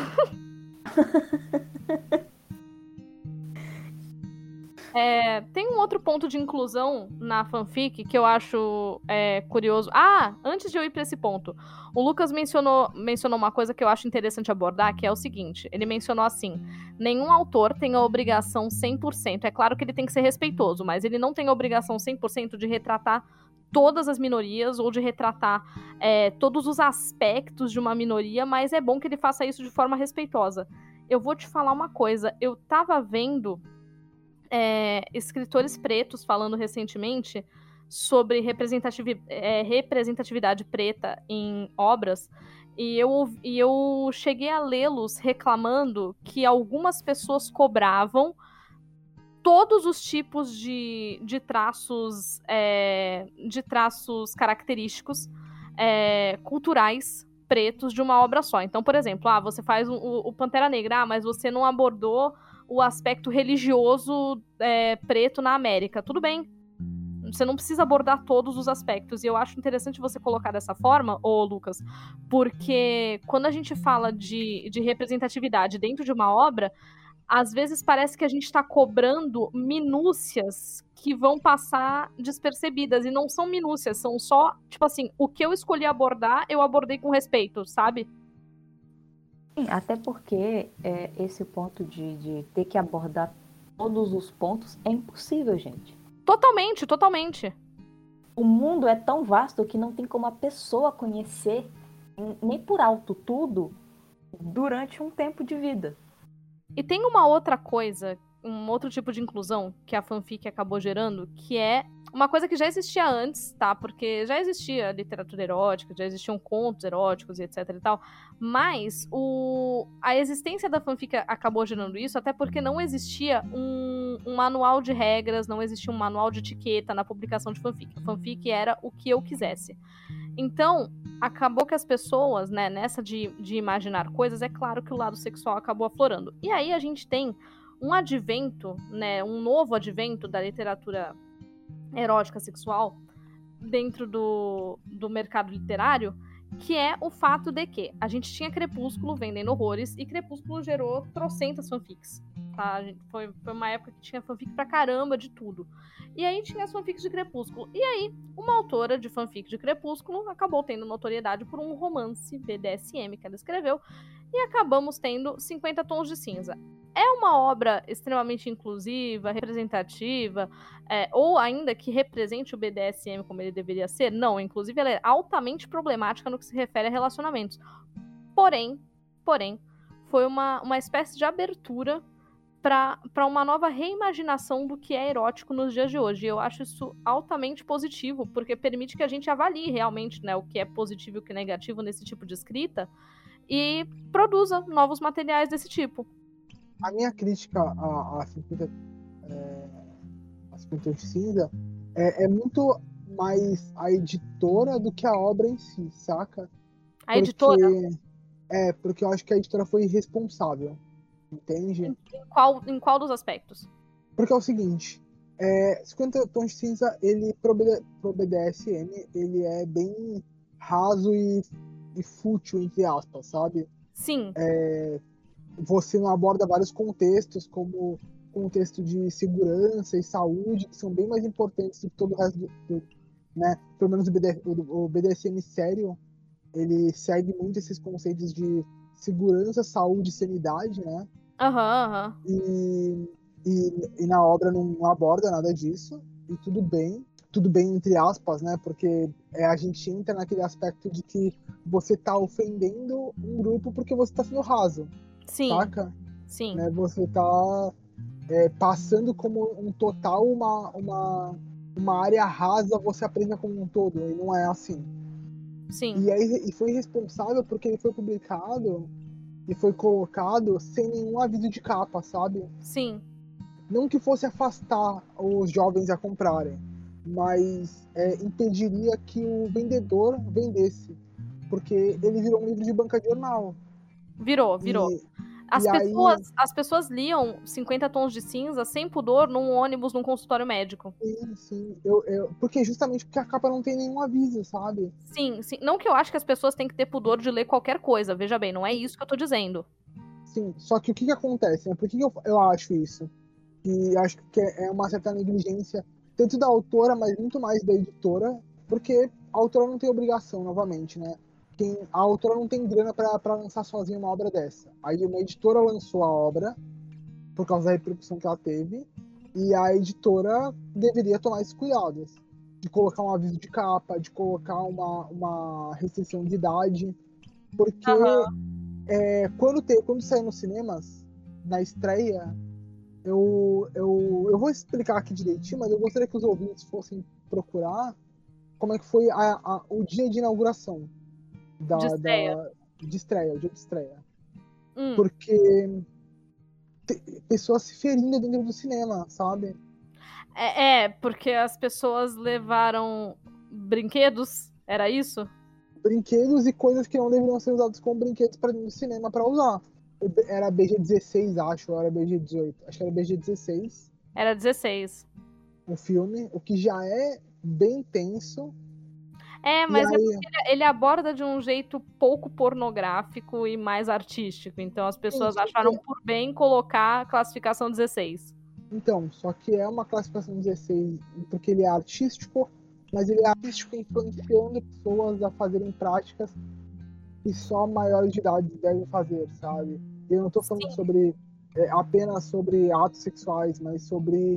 Tem um outro ponto de inclusão na fanfic que eu acho curioso. Antes de eu ir pra esse ponto, o Lucas mencionou uma coisa que eu acho interessante abordar, que é o seguinte. Ele mencionou assim, nenhum autor tem a obrigação 100%, é claro que ele tem que ser respeitoso, mas ele não tem a obrigação 100% de retratar todas as minorias ou de retratar todos os aspectos de uma minoria, mas é bom que ele faça isso de forma respeitosa. Eu vou te falar uma coisa, eu tava vendo escritores pretos falando recentemente sobre representatividade preta em obras, e eu cheguei a lê-los reclamando que algumas pessoas cobravam todos os tipos de traços característicos culturais pretos de uma obra só. Então, por exemplo, você faz o Pantera Negra, mas você não abordou o aspecto religioso preto na América. Tudo bem. Você não precisa abordar todos os aspectos. E eu acho interessante você colocar dessa forma, Lucas, porque quando a gente fala de representatividade dentro de uma obra, às vezes parece que a gente está cobrando minúcias que vão passar despercebidas. E não são minúcias, são só, tipo assim, o que eu escolhi abordar, eu abordei com respeito, sabe? Sim, até porque esse ponto de ter que abordar todos os pontos é impossível, gente. Totalmente, totalmente. O mundo é tão vasto que não tem como a pessoa conhecer nem por alto tudo durante um tempo de vida. E tem uma outra coisa, um outro tipo de inclusão que a fanfic acabou gerando, que é uma coisa que já existia antes, tá? Porque já existia literatura erótica, já existiam contos eróticos e etc e tal, mas a existência da fanfic acabou gerando isso até porque não existia um manual de regras, não existia um manual de etiqueta na publicação de fanfic. A fanfic era o que eu quisesse. Então, acabou que as pessoas, né, nessa de imaginar coisas, é claro que o lado sexual acabou aflorando. E aí a gente tem um advento, né, um novo advento da literatura erótica sexual dentro do mercado literário, que é o fato de que a gente tinha Crepúsculo vendendo horrores e Crepúsculo gerou trocentas fanfics. Tá? Foi uma época que tinha fanfic pra caramba de tudo. E aí tinha as fanfics de Crepúsculo. E aí, uma autora de fanfic de Crepúsculo acabou tendo notoriedade por um romance BDSM que ela escreveu, e acabamos tendo 50 Tons de Cinza. É uma obra extremamente inclusiva, representativa, ou ainda que represente o BDSM como ele deveria ser? Não, inclusive ela é altamente problemática no que se refere a relacionamentos. Porém, foi uma espécie de abertura para uma nova reimaginação do que é erótico nos dias de hoje. E eu acho isso altamente positivo, porque permite que a gente avalie realmente, né, o que é positivo e o que é negativo nesse tipo de escrita e produza novos materiais desse tipo. A minha crítica a 50 Tons de Cinza é muito mais a editora do que a obra em si, saca? A editora? Porque eu acho que a editora foi irresponsável. Entende? Em qual dos aspectos? Porque é o seguinte, 50 Tons de Cinza, ele pro BDSM, ele é bem raso e fútil, entre aspas, sabe? Sim. Você não aborda vários contextos, como contexto de segurança e saúde, que são bem mais importantes do que todo o resto né? Pelo menos o BDSM sério, ele segue muito esses conceitos de segurança, saúde e sanidade, né? Aham. E na obra não aborda nada disso, e tudo bem entre aspas, né? Porque a gente entra naquele aspecto de que você tá ofendendo um grupo porque você tá sendo raso. Sim. Saca? Sim. Né? Você tá passando como um total uma área rasa você aprende como um todo, e não é assim. Sim. E foi responsável porque ele foi publicado e foi colocado sem nenhum aviso de capa, sabe? Sim. Não que fosse afastar os jovens a comprarem, mas impediria que o vendedor vendesse, porque ele virou um livro de banca de jornal. Virou. As pessoas liam 50 Tons de Cinza sem pudor num ônibus, num consultório médico. Sim. Porque justamente porque a capa não tem nenhum aviso, sabe? Sim. Não que eu acho que as pessoas têm que ter pudor de ler qualquer coisa, veja bem, não é isso que eu tô dizendo. Sim, só que o que acontece, né? Por que eu acho isso? E acho que é uma certa negligência, tanto da autora, mas muito mais da editora, porque a autora não tem obrigação, novamente, né? A autora não tem grana para lançar sozinha uma obra dessa. Aí uma editora lançou a obra, por causa da repercussão que ela teve, e a editora deveria tomar esses cuidados, de colocar um aviso de capa, de colocar uma restrição de idade, porque quando sair nos cinemas, na estreia, eu vou explicar aqui direitinho, mas eu gostaria que os ouvintes fossem procurar como é que foi o dia de inauguração de estreia, o dia de estreia. Porque pessoas se ferindo dentro do cinema, sabe? Porque as pessoas levaram brinquedos, era isso? Brinquedos e coisas que não deveriam ser usadas como brinquedos para dentro do cinema para usar. Era BG-16, acho, ou era BG-18. Acho que era BG-16. Era 16. O filme, o que já é bem tenso. Mas porque ele aborda de um jeito pouco pornográfico e mais artístico. Então as pessoas acharam por bem colocar a classificação 16. Então, só que é uma classificação 16 porque ele é artístico, mas ele é artístico influenciando pessoas a fazerem práticas que só maiores de idade devem fazer, sabe? Eu não tô falando apenas sobre atos sexuais, mas sobre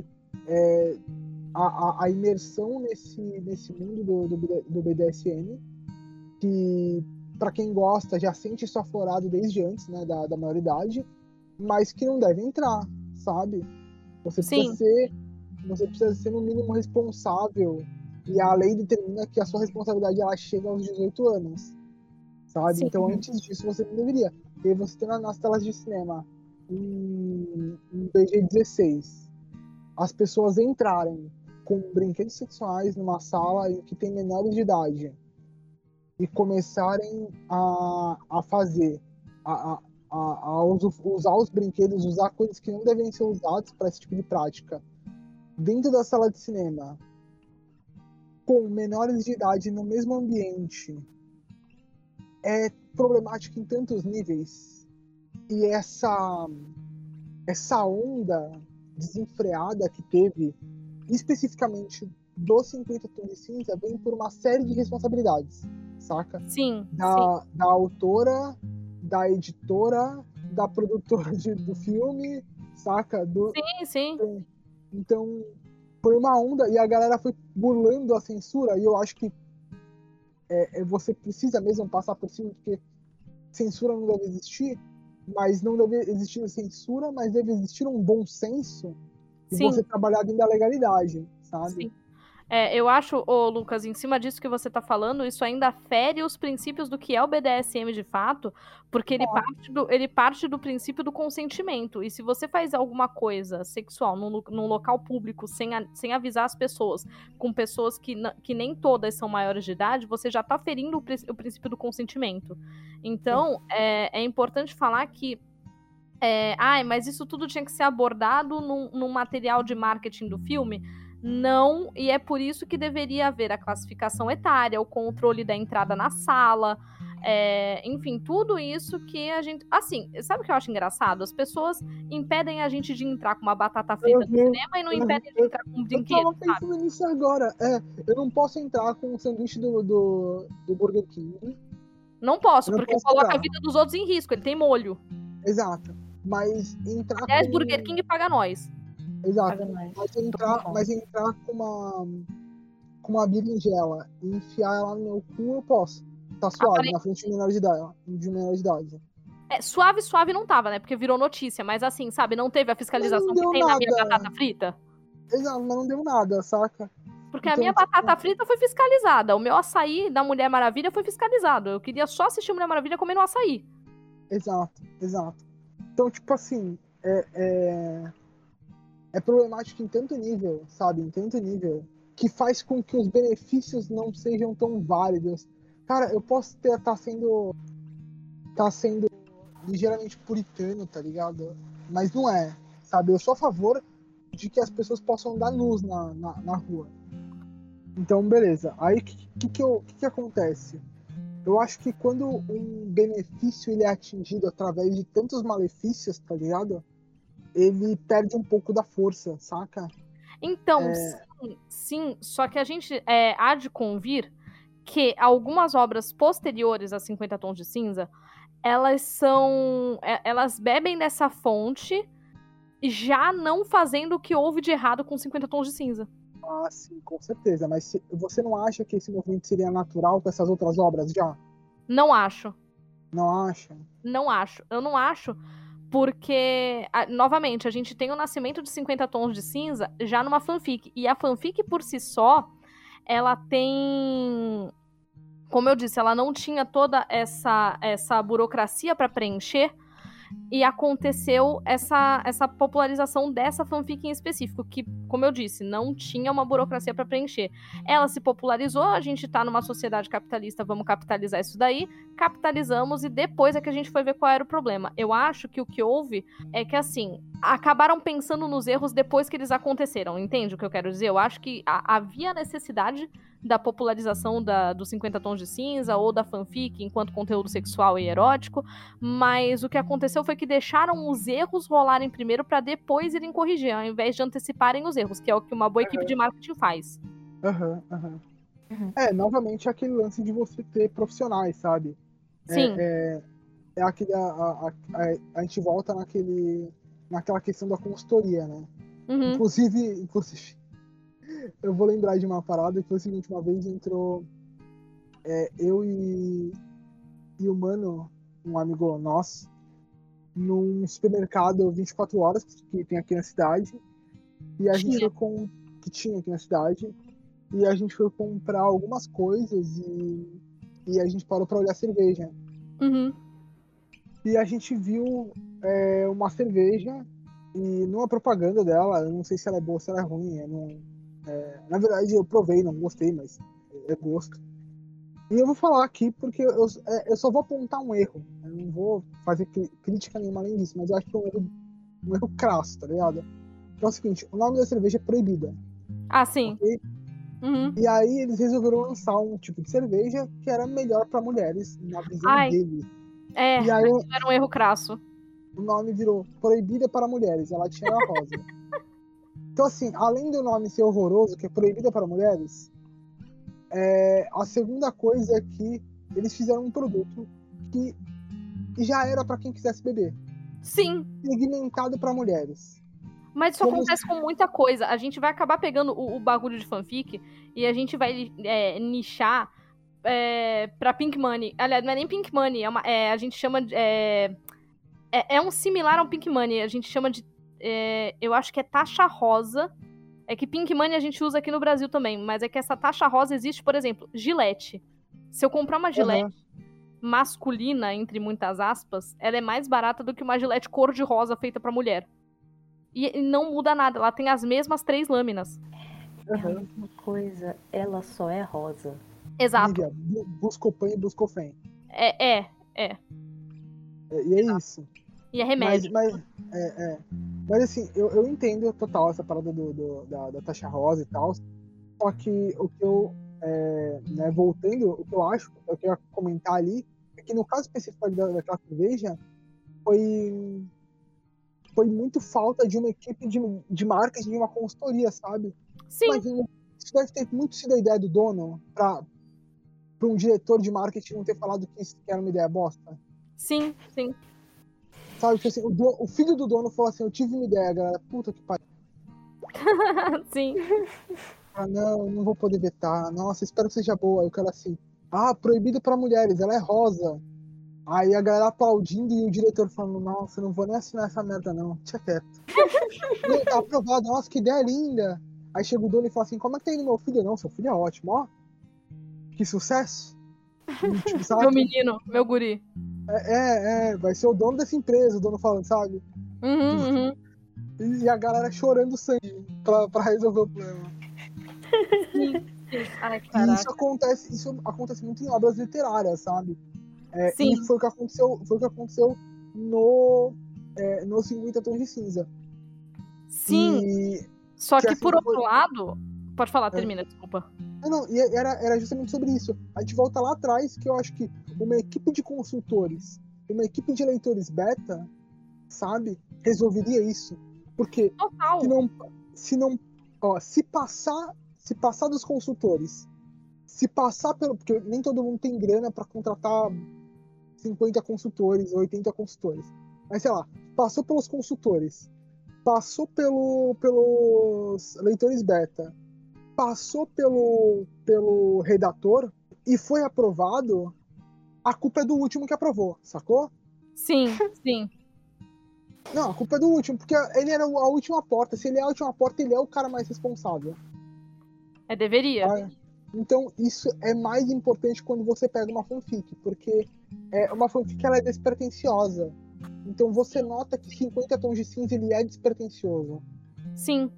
a imersão nesse mundo do BDSM, que para quem gosta já sente isso aflorado desde antes, né, da maioridade, mas que não deve entrar, sabe? Você precisa ser no mínimo responsável, e a lei determina que a sua responsabilidade ela chega aos 18 anos, sabe? Sim. Então antes disso você não deveria. E aí você tem nas telas de cinema um BG-16, as pessoas entrarem com brinquedos sexuais numa sala em que tem menores de idade e começarem a fazer, a usar os brinquedos, usar coisas que não devem ser usadas para esse tipo de prática dentro da sala de cinema, com menores de idade no mesmo ambiente, é problemático em tantos níveis. E essa onda desenfreada que teve, especificamente dos 50 Tons de Cinza, vem por uma série de responsabilidades, saca? Sim. Da autora, da editora, da produtora do filme, saca? Sim. Então, foi uma onda, e a galera foi burlando a censura, e eu acho que você precisa mesmo passar por cima, porque censura não deve existir, mas não deve existir censura, mas deve existir um bom senso e você trabalhar dentro da legalidade, sabe? Sim. Eu acho, Lucas, em cima disso que você tá falando, isso ainda fere os princípios do que é o BDSM de fato, porque ele parte do princípio do consentimento. E se você faz alguma coisa sexual num local público sem avisar as pessoas, com pessoas que nem todas são maiores de idade, você já tá ferindo o princípio do consentimento. Então, é importante falar que mas isso tudo tinha que ser abordado num material de marketing do filme. Não, e é por isso que deveria haver a classificação etária, o controle da entrada na sala, enfim, tudo isso que a gente... Assim, sabe o que eu acho engraçado? As pessoas impedem a gente de entrar com uma batata frita no cinema e não impedem de entrar com um brinquedo, eu tava pensando nisso agora. Eu não posso entrar com o sanduíche do Burger King. Não posso, porque coloca a vida dos outros em risco, ele tem molho. Exato, mas entrar com... Burger King paga nós. Exato, mas entrar com uma berinjela e enfiar ela no meu cu, eu posso. Tá suave, na frente de menor de idade. Suave não tava, né? Porque virou notícia, mas assim, sabe, não teve a fiscalização que tem na minha batata frita. Exato, mas não deu nada, saca? Porque a Então, minha tipo, batata frita foi fiscalizada. O meu açaí da Mulher Maravilha foi fiscalizado. Eu queria só assistir Mulher Maravilha comendo açaí. Exato. Então, tipo assim, é problemático em tanto nível, sabe? Em tanto nível, que faz com que os benefícios não sejam tão válidos. Cara, eu posso tá sendo ligeiramente puritano, tá ligado? Mas não é, sabe? Eu sou a favor de que as pessoas possam dar nus na rua. Então, beleza. Aí, o que acontece? Eu acho que quando um benefício ele é atingido através de tantos malefícios, tá ligado? Ele perde um pouco da força, saca? Então, sim, só que a gente há de convir que algumas obras posteriores a 50 Tons de Cinza, elas bebem dessa fonte, já não fazendo o que houve de errado com 50 Tons de Cinza. Ah, sim, com certeza. Mas você não acha que esse movimento seria natural com essas outras obras já? Não acho. Não acha? Não acho. Eu não acho, porque, novamente, a gente tem o nascimento de 50 Tons de Cinza já numa fanfic. E a fanfic, por si só, ela tem... Como eu disse, ela não tinha toda essa burocracia para preencher. E aconteceu essa popularização dessa fanfic em específico, que, como eu disse, não tinha uma burocracia para preencher. Ela se popularizou, a gente tá numa sociedade capitalista, vamos capitalizar isso daí, capitalizamos e depois é que a gente foi ver qual era o problema. Eu acho que o que houve é que, assim, acabaram pensando nos erros depois que eles aconteceram, entende o que eu quero dizer? Eu acho que havia necessidade da popularização dos 50 Tons de Cinza ou da fanfic enquanto conteúdo sexual e erótico, mas o que aconteceu foi que deixaram os erros rolarem primeiro para depois irem corrigir, ao invés de anteciparem os erros, que é o que uma boa equipe de marketing faz. Novamente aquele lance de você ter profissionais, sabe? Sim. Aquele, a gente volta naquela questão da consultoria, né? Uhum. Inclusive, eu vou lembrar de uma parada que foi o seguinte: uma vez entrou eu e o mano, um amigo nosso, num supermercado 24 horas que tem aqui na cidade, e a gente foi que tinha aqui na cidade, e a gente foi comprar algumas coisas e a gente parou pra olhar cerveja. Uhum. E a gente viu uma cerveja, e numa propaganda dela, eu não sei se ela é boa ou se ela é ruim, na verdade eu provei, não gostei, mas é gosto. E eu vou falar aqui porque eu só vou apontar um erro. Eu não vou fazer crítica nenhuma além disso, mas eu acho que é um erro crasso, tá ligado? Que é o seguinte: o nome da cerveja é Proibida. Ah, sim. Okay? Uhum. E aí eles resolveram lançar um tipo de cerveja que era melhor pra mulheres, na visão deles. E aí, era um erro crasso. O nome virou Proibida para Mulheres, ela tinha a rosa. Então, assim, além do nome ser horroroso, que é Proibida para Mulheres, a segunda coisa é que eles fizeram um produto que já era para quem quisesse beber. Sim. Segmentado para mulheres. Mas isso acontece com muita coisa. A gente vai acabar pegando o bagulho de fanfic e a gente vai nichar pra Pink Money. Aliás, não é nem Pink Money, a gente chama de... É um similar ao Pink Money. A gente chama de... eu acho que é taxa rosa. É que Pink Money a gente usa aqui no Brasil também, mas é que essa taxa rosa existe, por exemplo, Gillette. Se eu comprar uma Gillette masculina, entre muitas aspas, ela é mais barata do que uma Gillette cor-de-rosa feita pra mulher. E não muda nada, ela tem as mesmas 3 lâminas. É a mesma coisa, ela só é rosa. Exato. Buscopan e Buscofen. É. E é isso. E é remédio. Mas assim, eu entendo total essa parada da taxa rosa e tal. Só que o que eu, voltando, o que eu acho, o que eu ia comentar ali, é que no caso específico daquela cerveja, foi muito falta de uma equipe de marketing, de uma consultoria, sabe? Sim. Imagina, isso deve ter muito sido a ideia do dono pra um diretor de marketing não ter falado que isso era uma ideia bosta. Sim. Sabe, tipo assim, o filho do dono falou assim: eu tive uma ideia, galera, puta que pariu. Sim. Não vou poder vetar. Nossa, espero que seja boa. Aí o cara assim: proibido pra mulheres, ela é rosa. Aí a galera aplaudindo e o diretor falando: nossa, eu não vou nem assinar essa merda não, deixa quieto. Tá aprovado, nossa, que ideia linda. Aí chega o dono e fala assim, como é que tá indo meu filho? Não, seu filho é ótimo, ó. Que sucesso. E, tipo, sabe? Meu menino, meu guri. Vai ser o dono dessa empresa, o dono falando, sabe? Uhum. E a galera chorando sangue pra resolver o problema. Sim. Ai, E isso acontece muito em obras literárias, sabe? Sim. E foi o que aconteceu no 50 Tons de Cinza. Sim. E, só que assim, por outro lado... Pode falar, termina, desculpa. Não, e era justamente sobre isso. A gente volta lá atrás, que eu acho que uma equipe de consultores, uma equipe de leitores beta, sabe, resolveria isso. Porque Total. se passar dos consultores, se passar porque nem todo mundo tem grana para contratar 50 consultores, 80 consultores. Mas sei lá, passou pelos consultores, passou pelos leitores beta, passou pelo redator e foi aprovado, a culpa é do último que aprovou, sacou? Sim. Não, a culpa é do último, porque ele era a última porta. Se ele é a última porta, ele é o cara mais responsável. Deveria. Tá? Então, isso é mais importante quando você pega uma fanfic, porque uma fanfic ela é despretensiosa. Então você nota que 50 Tons de Cinza ele é despretensioso. Sim.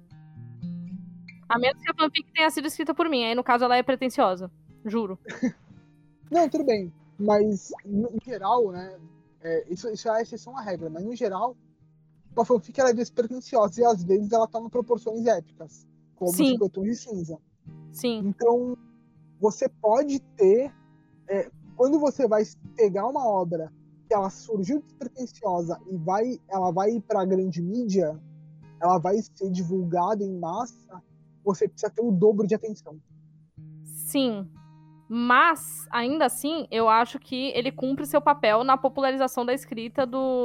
A menos que a fanfic tenha sido escrita por mim. Aí, no caso, ela é pretensiosa. Juro. Não, tudo bem. Mas, em geral, né? Isso é a exceção à regra. Mas, no geral, uma fanfic ela é despretensiosa. E, às vezes, ela toma proporções épicas. Como 50 Tons de Cinza. Sim. Então, você pode ter... quando você vai pegar uma obra que ela surgiu despretensiosa e ela vai ir para a grande mídia, ela vai ser divulgada em massa, você precisa ter o dobro de atenção. Sim. Mas, ainda assim, eu acho que ele cumpre seu papel na popularização da escrita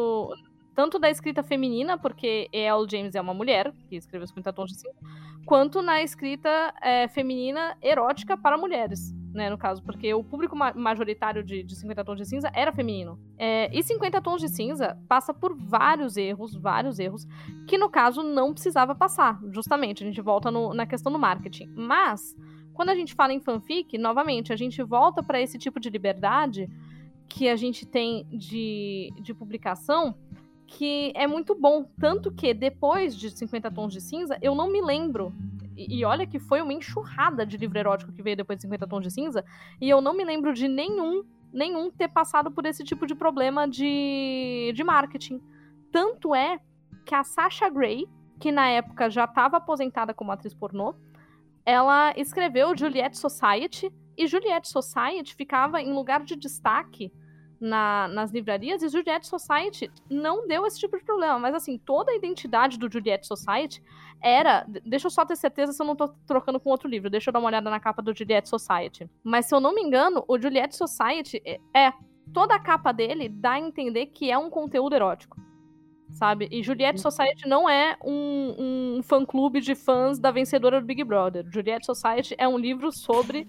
tanto da escrita feminina, porque A.L. James é uma mulher, que escreveu 50 Tons de Cinza, quanto na escrita feminina erótica para mulheres, né, no caso, porque o público majoritário de 50 Tons de Cinza era feminino. E 50 Tons de Cinza passa por vários erros, que no caso não precisava passar, justamente, a gente volta na questão do marketing. Mas, quando a gente fala em fanfic, novamente, a gente volta para esse tipo de liberdade que a gente tem de publicação, que é muito bom, tanto que depois de 50 Tons de Cinza, eu não me lembro, e olha que foi uma enxurrada de livro erótico que veio depois de 50 Tons de Cinza, e eu não me lembro de nenhum ter passado por esse tipo de problema de marketing. Tanto é que a Sasha Grey, que na época já estava aposentada como atriz pornô, ela escreveu Juliet Society, e Juliet Society ficava em lugar de destaque nas livrarias, e Juliet Society não deu esse tipo de problema. Mas assim, toda a identidade do Juliet Society era... Deixa eu só ter certeza se eu não tô trocando com outro livro. Deixa eu dar uma olhada na capa do Juliet Society. Mas se eu não me engano, o Juliet Society toda a capa dele dá a entender que é um conteúdo erótico, sabe? E Juliet Society não é um fã-clube de fãs da vencedora do Big Brother. Juliet Society é um livro sobre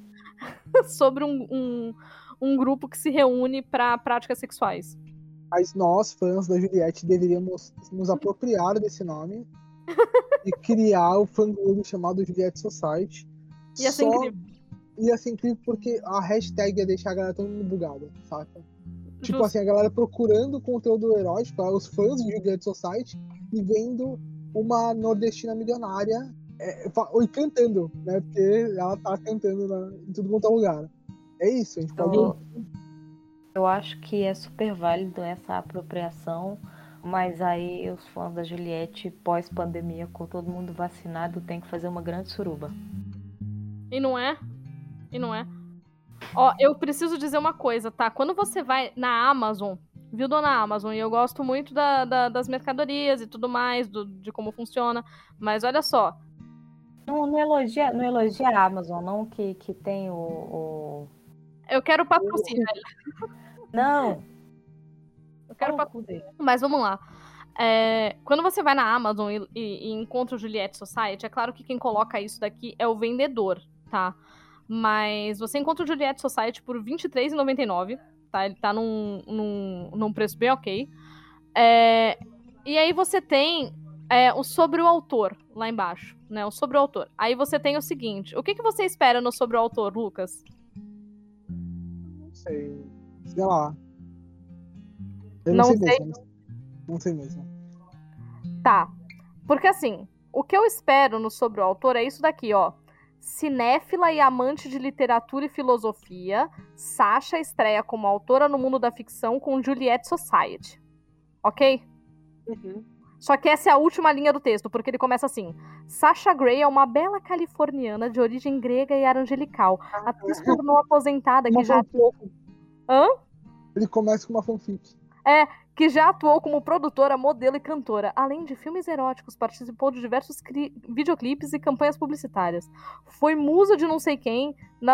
um grupo que se reúne para práticas sexuais. Mas nós, fãs da Juliette, deveríamos nos apropriar desse nome e criar o fã-clube chamado Juliette Society. Ia ser incrível. Ia ser incrível porque a hashtag ia deixar a galera todo mundo bugada, saca? Tipo Justo. assim, a galera procurando conteúdo erótico, os fãs de Juliette Society, e vendo uma nordestina milionária e cantando, né? Porque ela tá cantando em tudo quanto é lugar. É isso, a gente pode... Eu acho que é super válido essa apropriação, mas aí os fãs da Juliette, pós-pandemia, com todo mundo vacinado, tem que fazer uma grande suruba. E não é? Ó, eu preciso dizer uma coisa, tá? Quando você vai na Amazon, viu, dona Amazon, e eu gosto muito das mercadorias e tudo mais, de como funciona, mas olha só. Não elogia a Amazon, não, que tem o... Eu quero patrocínio. Não. Eu quero patrocínio. Mas vamos lá. Quando você vai na Amazon e encontra o Juliette Society, é claro que quem coloca isso daqui é o vendedor, tá? Mas você encontra o Juliette Society por R$23,99, tá? Ele tá num preço bem ok. E aí você tem sobre o autor, lá embaixo, né? O sobre o autor. Aí você tem o seguinte, o que você espera no sobre o autor, Lucas? Não sei. Sei lá. Eu Não sei sei. mesmo. Não sei mesmo. Tá. Porque assim, o que eu espero no sobre o autor é isso daqui, ó. Cinéfila e amante de literatura e filosofia, Sasha estreia como autora no mundo da ficção com Juliet Society. Ok? Uhum. Só que essa é a última linha do texto, porque ele começa assim. Sasha Grey é uma bela californiana de origem grega e angelical. Atriz pornô aposentada que já... Hã? Ele começa com uma fanfic. Que já atuou como produtora, modelo e cantora. Além de filmes eróticos, participou de diversos videoclipes e campanhas publicitárias. Foi musa de não sei quem,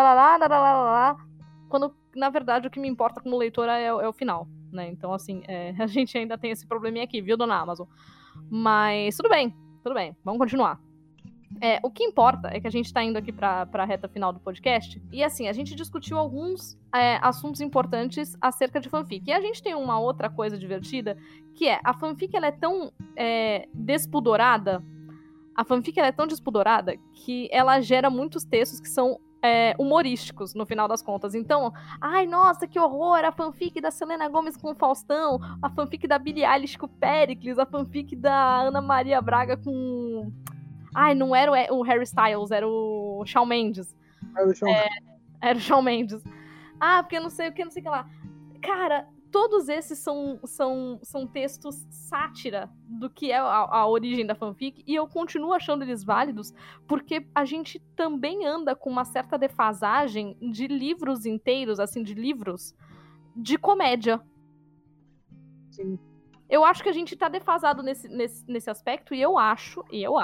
quando, na verdade, o que me importa como leitora é o final, né? Então, assim, a gente ainda tem esse probleminha aqui, viu, dona Amazon? Mas tudo bem, vamos continuar. O que importa é que a gente tá indo aqui pra reta final do podcast. E assim, a gente discutiu alguns assuntos importantes acerca de fanfic. E a gente tem uma outra coisa divertida, que a fanfic ela é tão despudorada. A fanfic ela é tão despudorada que ela gera muitos textos que são humorísticos, no final das contas. Então, ai, nossa, que horror, a fanfic da Selena Gomez com o Faustão, a fanfic da Billie Eilish com o Péricles, a fanfic da Ana Maria Braga com... Ai, não era o Harry Styles, era o Shawn Mendes. Era o Shawn Mendes. Ah, porque eu não sei o que, não sei o que lá. Cara, todos esses são textos sátira do que é a origem da fanfic, e eu continuo achando eles válidos, porque a gente também anda com uma certa defasagem de livros inteiros, assim, de livros de comédia. Sim. Eu acho que a gente tá defasado nesse aspecto, e eu acho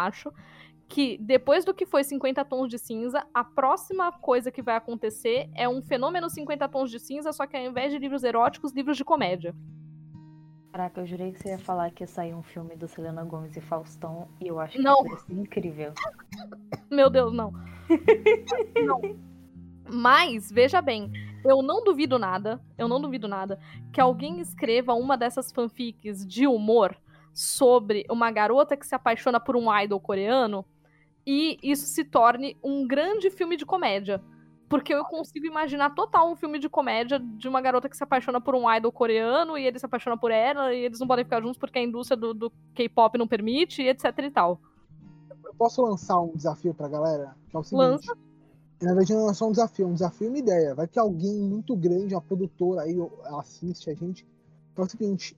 que depois do que foi 50 Tons de Cinza, a próxima coisa que vai acontecer é um fenômeno 50 Tons de Cinza, só que ao invés de livros eróticos, livros de comédia. Caraca, eu jurei que você ia falar que ia sair um filme do Selena Gomez e Faustão, e eu acho que Não. isso ia ser incrível. Meu Deus, não. Não. Mas, veja bem, eu não duvido nada que alguém escreva uma dessas fanfics de humor sobre uma garota que se apaixona por um idol coreano e isso se torne um grande filme de comédia. Porque eu consigo imaginar total um filme de comédia de uma garota que se apaixona por um idol coreano e ele se apaixona por ela e eles não podem ficar juntos porque a indústria do K-pop não permite, e etc e tal. Eu posso lançar um desafio pra galera? Que é o seguinte. Lança. Na verdade, não é só um desafio e uma ideia. Vai que alguém muito grande, uma produtora aí, assiste a gente. Então é o seguinte,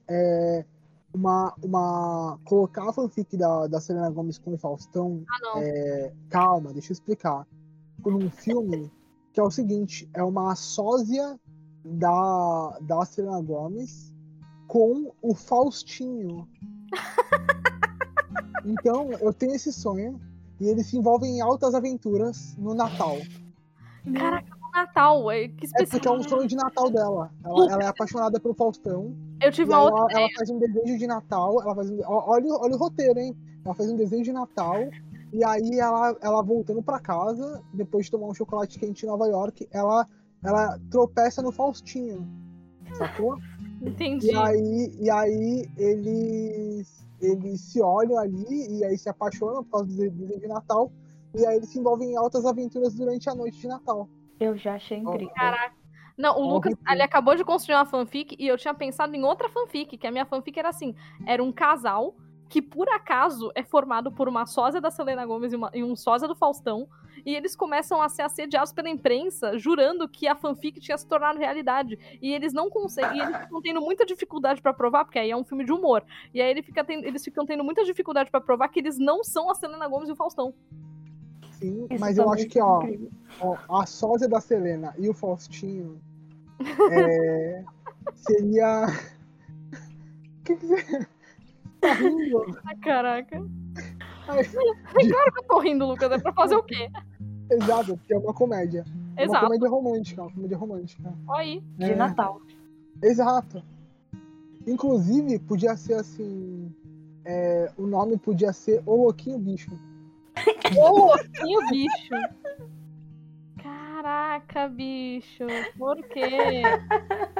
colocar a fanfic da Selena Gomez com o Faustão. Não. Calma, deixa eu explicar. Num filme que é o seguinte, é uma sósia da Selena Gomez com o Faustinho. Então, eu tenho esse sonho. E eles se envolvem em altas aventuras no Natal. Caraca, no Natal, que específico. Porque é um sonho de Natal dela. Ela é apaixonada pelo Faustão. Eu tive uma outra ela faz um desejo de Natal. Olha o roteiro, hein? Ela faz um desejo de Natal. E aí ela voltando pra casa, depois de tomar um chocolate quente em Nova York, ela tropeça no Faustinho. Sacou? Entendi. E aí eles se olham ali e aí se apaixonam por causa do desejo de Natal. E aí eles se envolvem em altas aventuras durante a noite de Natal. Eu já achei incrível. Caraca. Não, o Lucas, ele acabou de construir uma fanfic e eu tinha pensado em outra fanfic, que a minha fanfic era assim, era um casal que por acaso é formado por uma sósia da Selena Gomez e um sósia do Faustão, e eles começam a ser assediados pela imprensa, jurando que a fanfic tinha se tornado realidade, e eles não conseguem, e eles ficam tendo muita dificuldade pra provar, porque aí é um filme de humor, e aí eles ficam tendo muita dificuldade pra provar que eles não são a Selena Gomez e o Faustão. Sim, mas eu acho que a sósia da Selena e o Faustinho seria... O que você... Tá rindo? Caraca. Claro que eu tô rindo, Lucas. É pra fazer o quê? Exato, porque é uma comédia. Exato. Uma comédia romântica. Olha aí. De Natal. Exato. Inclusive, podia ser assim... o nome podia ser O Louquinho Bicho. O Louquinho Bicho. Caraca, bicho. Por quê?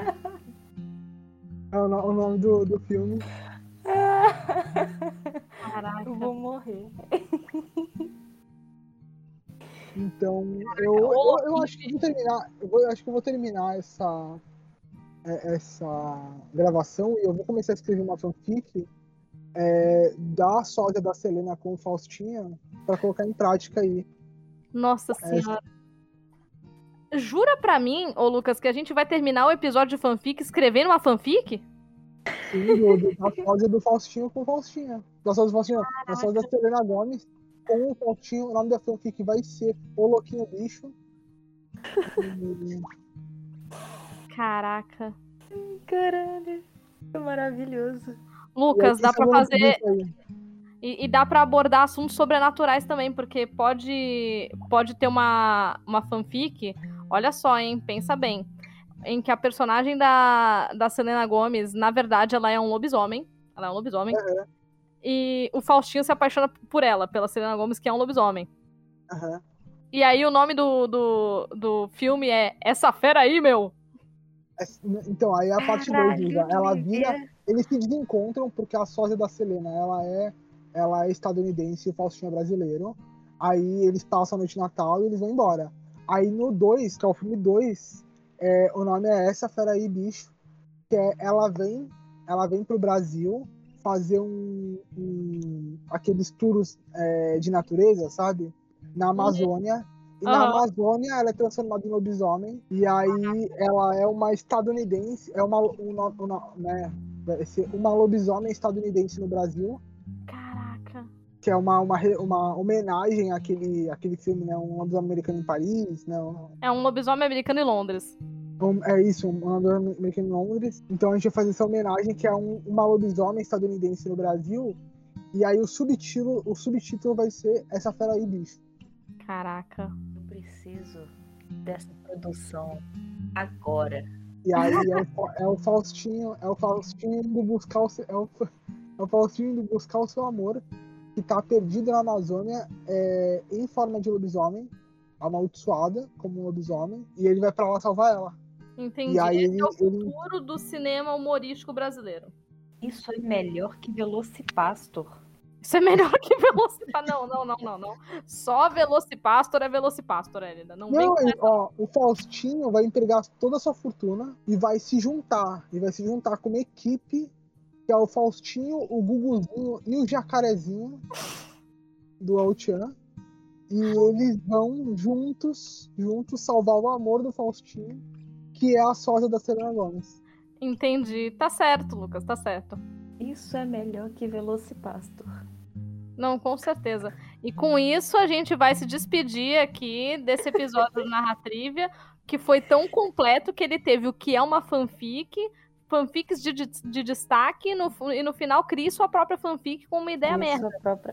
É o nome do filme. Caraca. Eu vou morrer. Então, eu acho que eu vou terminar. Eu acho que eu vou terminar essa gravação e eu vou começar a escrever uma fanfic da sósia da Selena com o Faustinha pra colocar em prática aí. Nossa senhora. Jura pra mim, ô Lucas, que a gente vai terminar o episódio de fanfic escrevendo uma fanfic? Sim, da sósia do Faustinho com o Faustinha. Da sósia do Faustinho, da sósia da Selena Gomes com o Faustinho. O nome da fanfic vai ser O Louquinho Bicho. Caraca. Caralho. Que maravilhoso. Lucas, dá pra fazer. Isso aí. E dá pra abordar assuntos sobrenaturais também, porque pode ter uma fanfic, olha só, hein, pensa bem, em que a personagem da Selena Gomez, na verdade, ela é um lobisomem. Ela é um lobisomem. Uhum. E o Faustinho se apaixona por ela, pela Selena Gomez, que é um lobisomem. Uhum. E aí o nome do filme é Essa Fera Aí, meu! Então, aí a parte 2, ela vira. Caralho. Eles se desencontram porque a sósia da Selena, ela é estadunidense e o Faustinho é brasileiro. Aí eles passam a noite de Natal e eles vão embora. Aí no 2, que é o filme 2, o nome é Essa Fera Aí, Bicho. Que ela vem pro Brasil fazer aqueles tours de natureza, sabe? Na Amazônia. E na Amazônia ela é transformada em lobisomem. E aí ela é uma estadunidense, vai ser uma lobisomem estadunidense no Brasil. Caraca. Que é uma homenagem àquele filme, né? Um lobisomem americano em Paris, né? É um lobisomem americano em Londres. É isso, um lobisomem americano em Londres. Então a gente vai fazer essa homenagem que é uma lobisomem estadunidense no Brasil. E aí o subtítulo vai ser Essa Fera Aí, Bicho. Caraca. Eu preciso dessa produção agora. E aí é o Faustinho indo buscar o Faustinho indo buscar o seu amor, que tá perdido na Amazônia em forma de lobisomem, amaldiçoada como um lobisomem, e ele vai pra lá salvar ela. Entendi. E aí Esse é o futuro do cinema humorístico brasileiro. Isso é melhor que Velocipastor. Isso é melhor que Velocipastor. Não. Só Velocipastor é Velocipastor, Elida. Não vem Não, com essa... o Faustinho vai entregar toda a sua fortuna e vai se juntar com uma equipe que é o Faustinho, o Guguzinho e o Jacarezinho do El-Chan. E eles vão juntos salvar o amor do Faustinho, que é a sósia da Selena Gomez. Entendi. Tá certo, Lucas, tá certo. Isso é melhor que Velocipastor. Não, com certeza. E com isso a gente vai se despedir aqui desse episódio do Narratrivia, que foi tão completo que ele teve o que é uma fanfic, fanfics de destaque, e no final cria sua própria fanfic com uma ideia merda.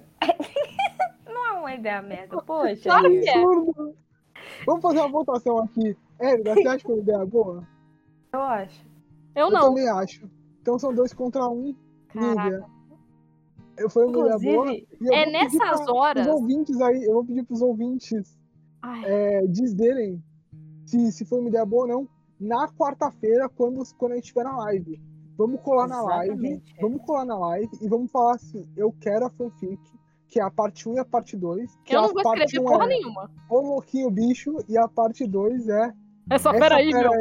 Não é uma ideia merda, poxa. Claro que é. Absurdo! Vamos fazer uma votação aqui. Érida, você acha que é uma ideia boa? Eu acho. Eu não. também acho. Então são 2 contra 1. Caraca. Foi uma ideia boa. Inclusive, nessas horas. Eu vou pedir pros ouvintes dizerem se foi uma ideia boa ou não na quarta-feira, quando a gente estiver na live. Vamos colar na live. Vamos colar na live e vamos falar assim: eu quero a fanfic, que é a parte 1 e a parte 2. Eu não vou escrever porra nenhuma. O Louquinho Bicho, e a parte 2 é Essa fera aí, meu.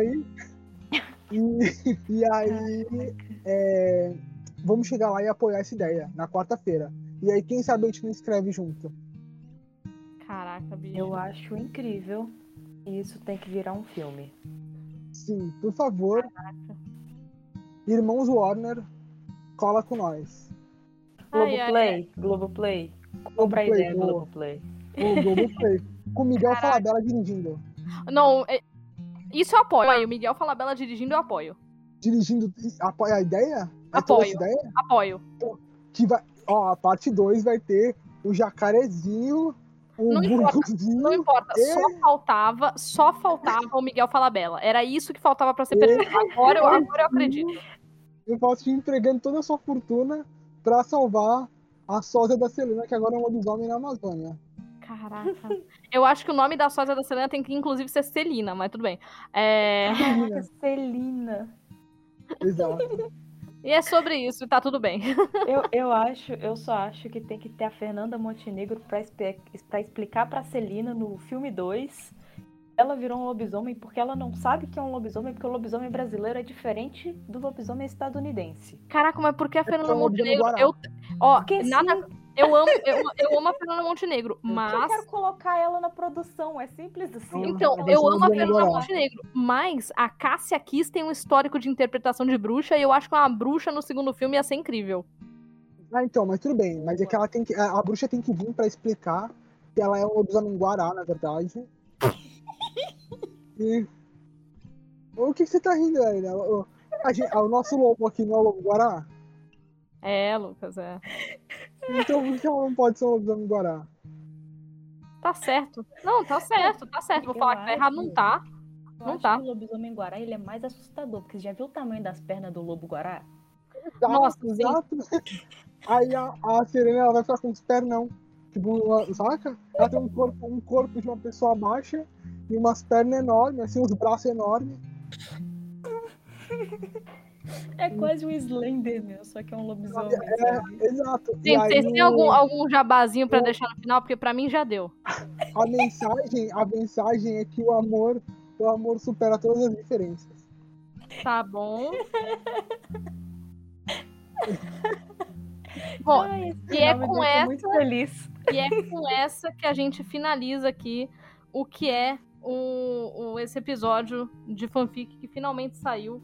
E aí vamos chegar lá e apoiar essa ideia na quarta-feira. E aí, quem sabe a gente não escreve junto. Caraca, bicho. Eu acho incrível. E isso tem que virar um filme. Sim, por favor. Caraca. Irmãos Warner, cola com nós. Globoplay. Compra a ideia, Globoplay. O Globoplay. Com o Miguel Falabella dirigindo. Não, isso eu apoio. O Miguel Falabella dirigindo, eu apoio. Dirigindo, apoia a ideia? Apoio. Ideia? Apoio. Que vai, a parte 2 vai ter o Jacarezinho, o Guguzinho. Não importa. Só faltava o Miguel Falabella. Era isso que faltava pra ser perfeito. Agora eu acredito. Eu posso te entregando toda a sua fortuna pra salvar a sósia da Selena, que agora é um lobisomem na Amazônia. Caraca. Eu acho que o nome da sósia da Selena tem que, inclusive, ser Celina, mas tudo bem. Celina. Exato. E é sobre isso, e tá tudo bem. Eu só acho que tem que ter a Fernanda Montenegro pra explicar pra Celina no filme 2. Ela virou um lobisomem porque ela não sabe que é um lobisomem, porque o lobisomem brasileiro é diferente do lobisomem estadunidense. Caraca, mas por que a Fernanda um lobisomem Montenegro? Guará. Porque Nada. sim, Eu amo a Fernanda Montenegro, eu mas. quero colocar ela na produção, é simples assim. Então, Vai eu ser amo a lobisomem Fernanda Guará. Montenegro, mas a Cássia Kiss tem um histórico de interpretação de bruxa e eu acho que uma bruxa no segundo filme ia ser incrível. Ah, então, mas tudo bem. Mas é que ela tem que. A bruxa tem que vir pra explicar que ela é um lobisomem Guará, na verdade. E. O que você tá rindo aí, né? O nosso lobo aqui não é o lobo Guará? É, Lucas, é. Então por que ela não pode ser um lobisomem Guará? Tá certo. Não, tá certo, tá certo. Vou Eu falar que tá errado, não acho- tá. Eu Não acho tá. que o lobisomem Guará ele é mais assustador, porque você já viu o tamanho das pernas do lobo Guará? Exato, Nossa, sim. exato. Aí a Serena ela vai ficar com os pernão. Tipo, saca? Ela tem um corpo de uma pessoa baixa e umas pernas enormes, assim, os braços enormes. É quase um Slender, meu, só que é um lobisomem, sabe? Exato. E Gente, aí vocês têm algum jabazinho pra deixar no final? Porque pra mim já deu. a mensagem é que o amor supera todas as diferenças. Tá bom. Bom, Ai, esse e é final me com deixa muito feliz. E é com essa que a gente finaliza aqui o que é esse episódio de fanfic que finalmente saiu.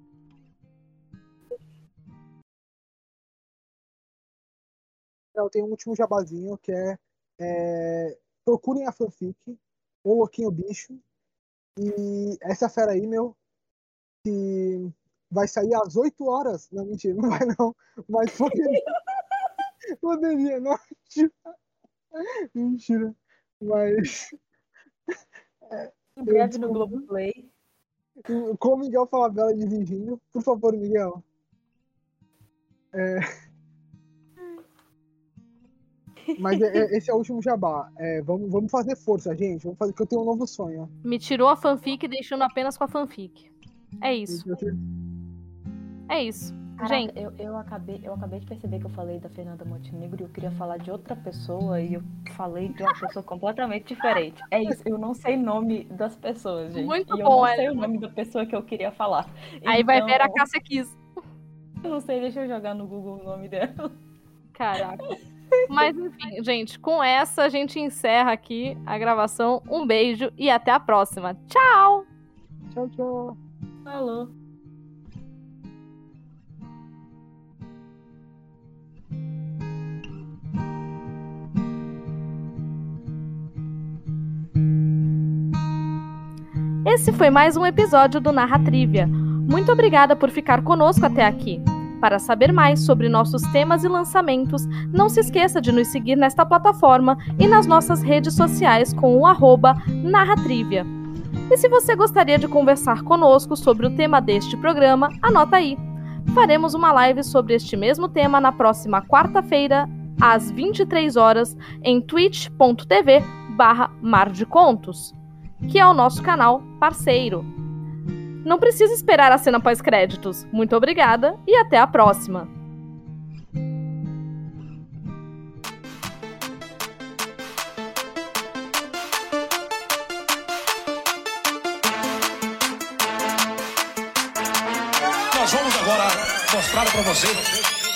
Eu tenho um último jabazinho que procurem a fanfic, O Louquinho Bicho. E essa fera aí, meu, que vai sair às 8 horas. Não, mentira, não vai não. Mas poderia, não. Mentira. Mas. Em breve no desculpa. Globoplay. Com o Miguel Falabella dirigindo, por favor, Miguel. Mas esse é o último jabá. Vamos fazer força, gente. Vamos fazer que eu tenho um novo sonho. Me tirou a fanfic, deixando apenas com a fanfic. É isso. É isso. Caraca, Gente, eu acabei de perceber que eu falei da Fernanda Montenegro e eu queria falar de outra pessoa e eu falei de uma pessoa completamente diferente. É isso, eu não sei o nome das pessoas, gente. Muito e eu bom, não sei o nome da pessoa que eu queria falar. aí vai Então, ver a Cássia Kiss. Eu não sei, deixa eu jogar no Google o nome dela. Caraca. Mas enfim, gente, com essa a gente encerra aqui a gravação. Um beijo e até a próxima. Tchau! Tchau, tchau. Falou. Esse foi mais um episódio do Narra Trivia. Muito obrigada por ficar conosco até aqui. Para saber mais sobre nossos temas e lançamentos, não se esqueça de nos seguir nesta plataforma e nas nossas redes sociais com o @narratrivia. E se você gostaria de conversar conosco sobre o tema deste programa, anota aí. Faremos uma live sobre este mesmo tema na próxima quarta-feira, às 23 horas, em twitch.tv/mardecontos, que é o nosso canal parceiro. Não precisa esperar a cena pós-créditos. Muito obrigada e até a próxima! Nós vamos agora mostrar para você